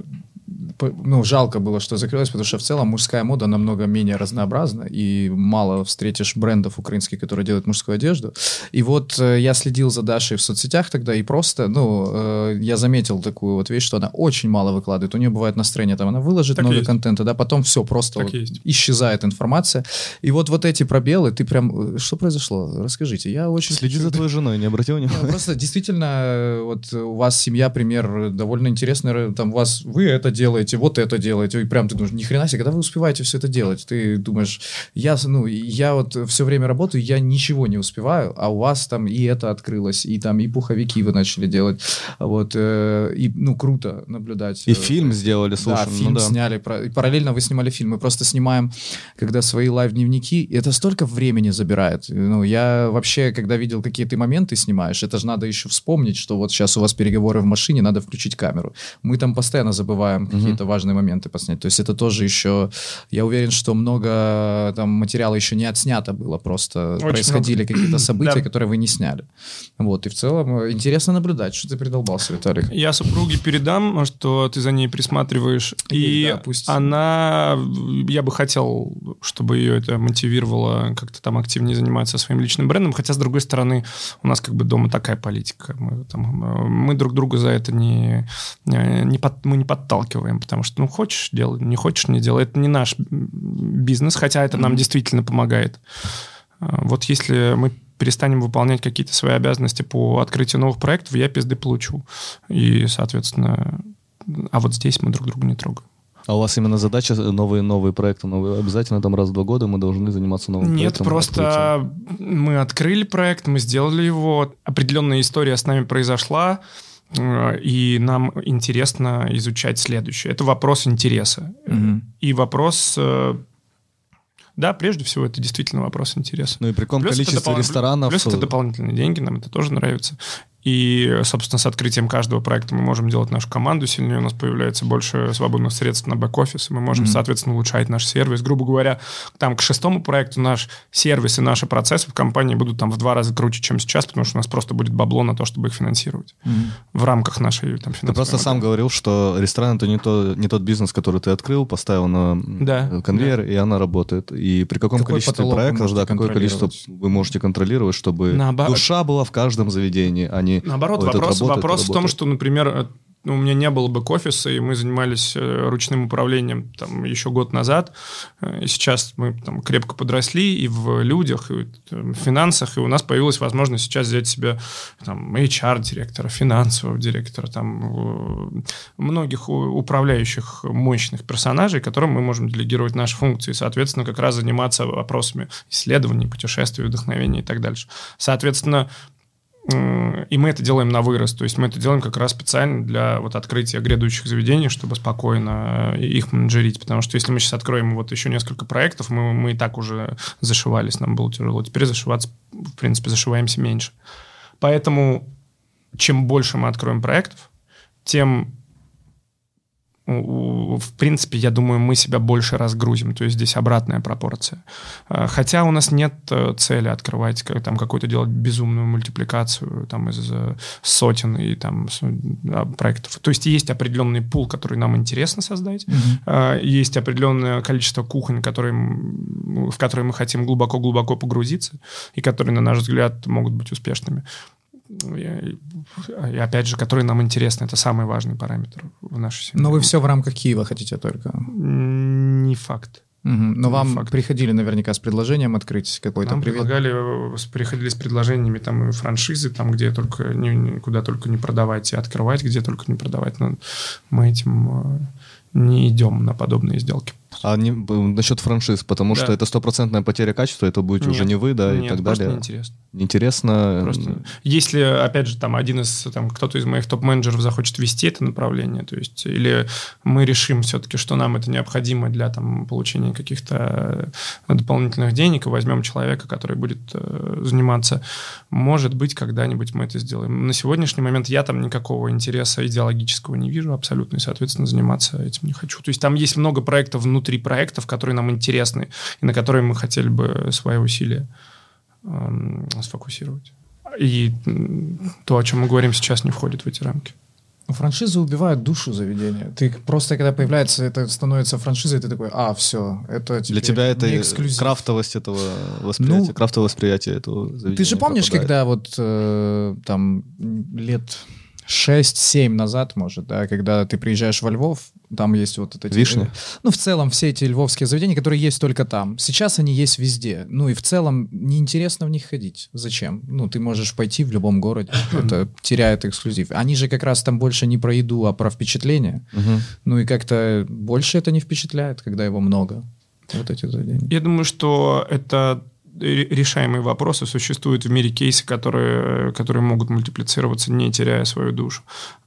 жалко было, что закрылось, потому что в целом мужская мода намного менее разнообразна, и мало встретишь брендов украинских, которые делают мужскую одежду. И вот я следил за Дашей в соцсетях тогда, и просто, я заметил такую вот вещь, что она очень мало выкладывает. У нее бывает настроение, там она выложит так много контента, да, потом все, просто вот исчезает информация. И вот эти пробелы, ты прям... Что произошло? Расскажите. Я очень... Следи за твоей женой, не обрати внимания. Просто действительно, вот у вас семья, пример довольно интересный, там вы это делаете, вот это делаете, и прям ты думаешь, ни хрена себе, когда вы успеваете все это делать? Ты думаешь, я вот все время работаю, я ничего не успеваю, а у вас там и это открылось, и там и пуховики вы начали делать, вот, и, круто наблюдать. И фильм сделали, слушай. Да, фильм сняли, и параллельно вы снимали фильм, мы просто снимаем, когда свои лайв-дневники, и это столько времени забирает. Я вообще, когда видел, какие ты моменты снимаешь, это же надо еще вспомнить, что вот сейчас у вас переговоры в машине, надо включить камеру. Мы там постоянно забываем какие-то важные моменты поснять. То есть это тоже еще... Я уверен, что много там материала еще не отснято было, просто очень происходили какие-то события, которые вы не сняли. Вот, и в целом интересно наблюдать, что ты придолбался, Виталик. Я супруге передам, что ты за ней присматриваешь, и она... Я бы хотел, чтобы ее это мотивировало как-то там активнее заниматься своим личным брендом, хотя, с другой стороны, у нас как бы дома такая политика. Мы друг друга за это мы не подталкиваем, потому что, хочешь – делай, не хочешь – не делай. Это не наш бизнес, хотя это нам действительно помогает. Вот если мы перестанем выполнять какие-то свои обязанности по открытию новых проектов, я пизды получу. И, соответственно, а вот здесь мы друг друга не трогаем. А у вас именно задача новые проекты, обязательно там раз в 2 года мы должны заниматься новым проектом? Нет, просто мы открыли проект, мы сделали его, определенная история с нами произошла, и нам интересно изучать следующее. Это вопрос интереса. И вопрос... Да, прежде всего, это действительно вопрос интереса. Ну и при каком количестве ресторанов... Плюс это дополнительные деньги, нам это тоже нравится. И, собственно, с открытием каждого проекта мы можем делать нашу команду сильнее, у нас появляется больше свободных средств на бэк-офис, и мы можем, соответственно, улучшать наш сервис. Грубо говоря, там к 6-му проекту наш сервис и наши процессы в компании будут там в 2 раза круче, чем сейчас, потому что у нас просто будет бабло на то, чтобы их финансировать в рамках нашей там финансовой. Ты просто сам говорил, что ресторан — это не тот бизнес, который ты открыл, поставил на конвейер, и она работает. И при каком количестве проектов, какое количество вы можете контролировать, чтобы душа была в каждом заведении, а не... Наоборот, вопрос в том, что, например, у меня не было бэк-офиса, и мы занимались ручным управлением там, еще год назад. И сейчас мы там, крепко подросли и в людях, и в финансах, и у нас появилась возможность сейчас взять себе там, HR-директора, финансового директора, там, многих управляющих мощных персонажей, которым мы можем делегировать наши функции, и, соответственно, как раз заниматься вопросами исследований, путешествий, вдохновения и так дальше. Соответственно, И мы это делаем на вырост. То есть мы это делаем как раз специально для вот открытия грядущих заведений, чтобы спокойно их менеджерить. Потому что если мы сейчас откроем вот еще несколько проектов, мы и так уже зашивались, нам было тяжело. Теперь зашиваться, в принципе, зашиваемся меньше. Поэтому чем больше мы откроем проектов, тем... В принципе, я думаю, мы себя больше разгрузим. То есть здесь обратная пропорция. Хотя у нас нет цели открывать, там, какую-то делать безумную мультипликацию там, из сотен и там, проектов. То есть есть определенный пул, который нам интересно создать. Есть определенное количество кухонь, в которые мы хотим глубоко-глубоко погрузиться и которые, на наш взгляд, могут быть успешными. И опять же, которые нам интересны. Это самый важный параметр в нашей семье. Но вы все в рамках Киева хотите только? Не факт. Но вам приходили наверняка с предложением открыть какой-то привет? Приходили с предложениями там, франшизы, там, где только куда только не продавать и открывать, где только не продавать. Но мы этим не идем на подобные сделки. А насчет франшиз, потому что это 100% потеря качества, это будете уже не вы, да, и так далее. Неинтересно. Неинтересно. Просто. Если, опять же, там кто-то из моих топ-менеджеров захочет вести это направление, то есть, или мы решим все-таки, что нам это необходимо для там, получения каких-то дополнительных денег, и возьмем человека, который будет заниматься, может быть, когда-нибудь мы это сделаем. На сегодняшний момент я там никакого интереса идеологического не вижу абсолютно, и, соответственно, заниматься этим не хочу. То есть там есть много проектов внутри проектов, которые нам интересны, и на которые мы хотели бы свои усилия сфокусировать. И то, о чем мы говорим сейчас, не входит в эти рамки. Франшизы убивают душу заведения. Ты просто, когда появляется, это становится франшизой, ты такой, все, это для тебя это эксклюзив. Крафтовость этого восприятия, крафтовое восприятие этого заведения. Ты же помнишь, когда вот там лет 6-7 назад, может, да, когда ты приезжаешь во Львов, там есть вот эти... Вишни? Ну, в целом, все эти львовские заведения, которые есть только там. Сейчас они есть везде. Ну, и в целом неинтересно в них ходить. Зачем? Ну, ты можешь пойти в любом городе. Это теряет эксклюзив. Они же как раз там больше не про еду, а про впечатление. Ну, и как-то больше это не впечатляет, когда его много. Вот эти заведения. Я думаю, что это... решаемые вопросы. Существуют в мире кейсы, которые могут мультиплицироваться, не теряя свою душу.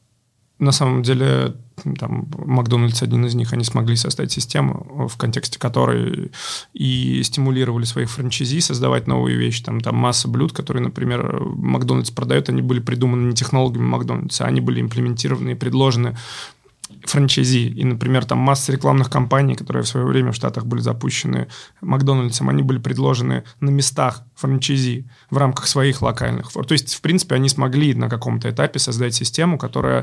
На самом деле, там, Макдональдс один из них, они смогли создать систему, в контексте которой и стимулировали своих франчайзи создавать новые вещи. Там масса блюд, которые, например, Макдональдс продает, они были придуманы не технологами Макдональдса, они были имплементированы и предложены франчайзи. И, например, там масса рекламных кампаний, которые в свое время в Штатах были запущены Макдональдсом, они были предложены на местах франчайзи в рамках своих локальных форм. То есть, в принципе, они смогли на каком-то этапе создать систему, которая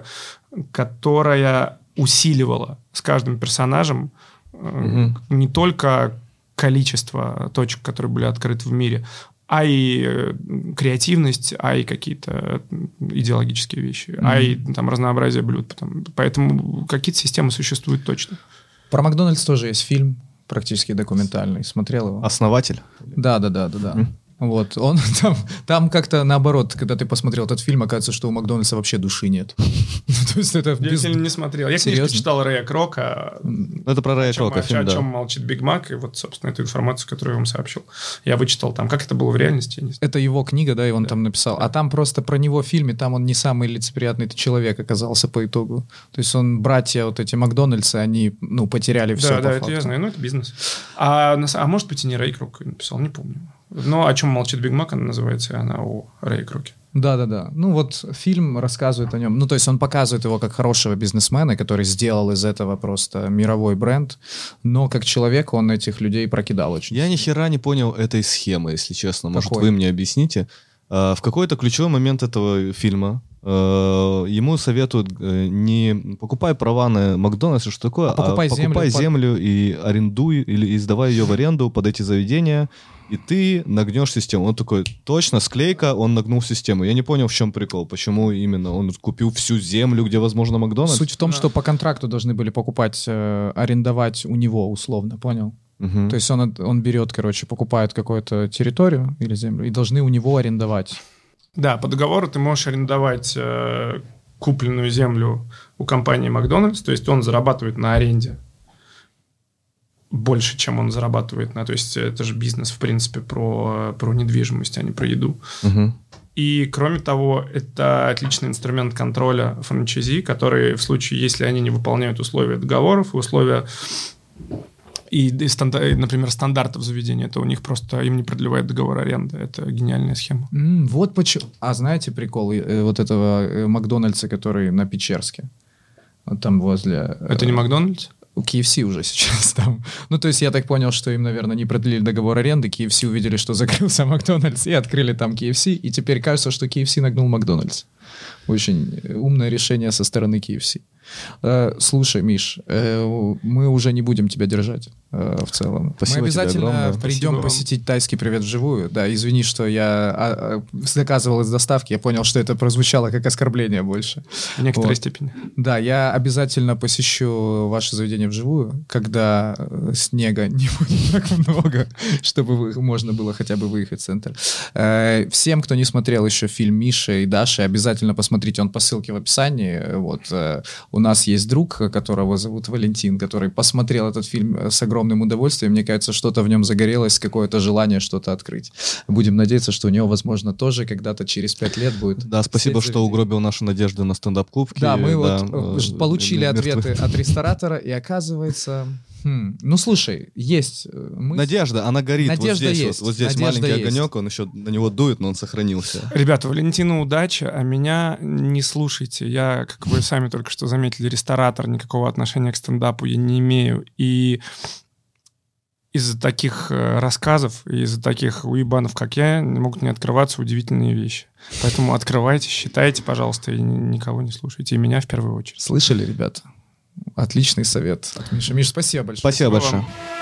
усиливала с каждым персонажем не только количество точек, которые были открыты в мире, а и креативность, а и какие-то идеологические вещи, а и там разнообразие блюд. Поэтому какие-то системы существуют точно. Про Макдональдс тоже есть фильм, практически документальный. Смотрел его? «Основатель»? Да. Вот, он там как-то наоборот, когда ты посмотрел этот фильм, оказывается, что у Макдональдса вообще души нет. То есть это я фильм не смотрел. Я книжку читал Рэя Крока. Это про Рэя Крока фильм, да. О чем молчит Биг Мак, и вот, собственно, эту информацию, которую я вам сообщил. Я вычитал там, как это было в реальности. Это его книга, да, и он там написал. А там просто про него в фильме, там он не самый лицеприятный человек оказался по итогу. То есть братья вот эти Макдональдсы, они, потеряли все. Да, это я знаю, это бизнес. А может быть, и не Рэй Крок написал, не помню. Но «О чем молчит Биг Мак» она называется, и она о Рэе Кроке. Да. Ну вот фильм рассказывает о нем. Ну то есть он показывает его как хорошего бизнесмена, который сделал из этого просто мировой бренд, но как человек он этих людей прокидал очень. Я ни хера не понял этой схемы, если честно. Может, вы мне объясните? В какой-то ключевой момент этого фильма ему советуют не покупай права на Макдональдс, что такое, покупай землю и арендуй, или сдавай ее в аренду под эти заведения, и ты нагнешь систему. Он такой, точно, склейка, он нагнул систему. Я не понял, в чем прикол, почему именно он купил всю землю, где, возможно, Макдональдс. Суть в том, что по контракту должны были покупать, арендовать у него, условно, понял? То есть он берет, покупает какую-то территорию или землю, и должны у него арендовать. Да, по договору ты можешь арендовать купленную землю у компании Макдональдс, то есть он зарабатывает на аренде больше, чем он зарабатывает на... То есть это же бизнес, в принципе, про недвижимость, а не про еду. И, кроме того, это отличный инструмент контроля франчайзи, который в случае, если они не выполняют условия договоров и условия, например, стандартов заведения, то у них просто им не продлевает договор аренды. Это гениальная схема. Вот почему. А знаете прикол вот этого Макдональдса, который на Печерске? Вот там возле... Это не Макдональдс? У KFC уже сейчас там. Ну, то есть я так понял, что им, наверное, не продлили договор аренды, KFC увидели, что закрылся Макдональдс, и открыли там KFC, и теперь кажется, что KFC нагнул Макдональдс. Очень умное решение со стороны KFC. Слушай, Миш, мы уже не будем тебя держать в целом. Спасибо. Мы обязательно придем Спасибо посетить тайский привет вживую. Да, извини, что я заказывал из доставки. Я понял, что это прозвучало как оскорбление больше. В некоторой степени. Да, я обязательно посещу ваше заведение вживую, когда снега не будет так много, чтобы можно было хотя бы выехать в центр. Всем, кто не смотрел еще фильм «Миша и Даша», обязательно посмотрите, он по ссылке в описании. Вот. У нас есть друг, которого зовут Валентин, который посмотрел этот фильм с огромным удовольствием. Мне кажется, что-то в нем загорелось, какое-то желание что-то открыть. Будем надеяться, что у него, возможно, тоже когда-то через 5 лет будет. Да, спасибо, что угробил наши надежды на стендап-клуб. Да, мы получили ответы от ресторатора, и оказывается... Ну, слушай, есть... Надежда, она горит. Надежда вот здесь, есть. вот здесь Надежда маленький есть. огонек, он еще на него дует, но он сохранился. Ребята, Валентину удачи, а меня не слушайте. Я, как вы сами только что заметили, ресторатор, никакого отношения к стендапу я не имею. И из-за таких рассказов, из-за таких уебанов, как я, могут не открываться удивительные вещи. Поэтому открывайте, считайте, пожалуйста, и никого не слушайте. И меня в первую очередь. Слышали, ребята? Отличный совет от Миши. Миш, спасибо большое. Спасибо большое. Вам.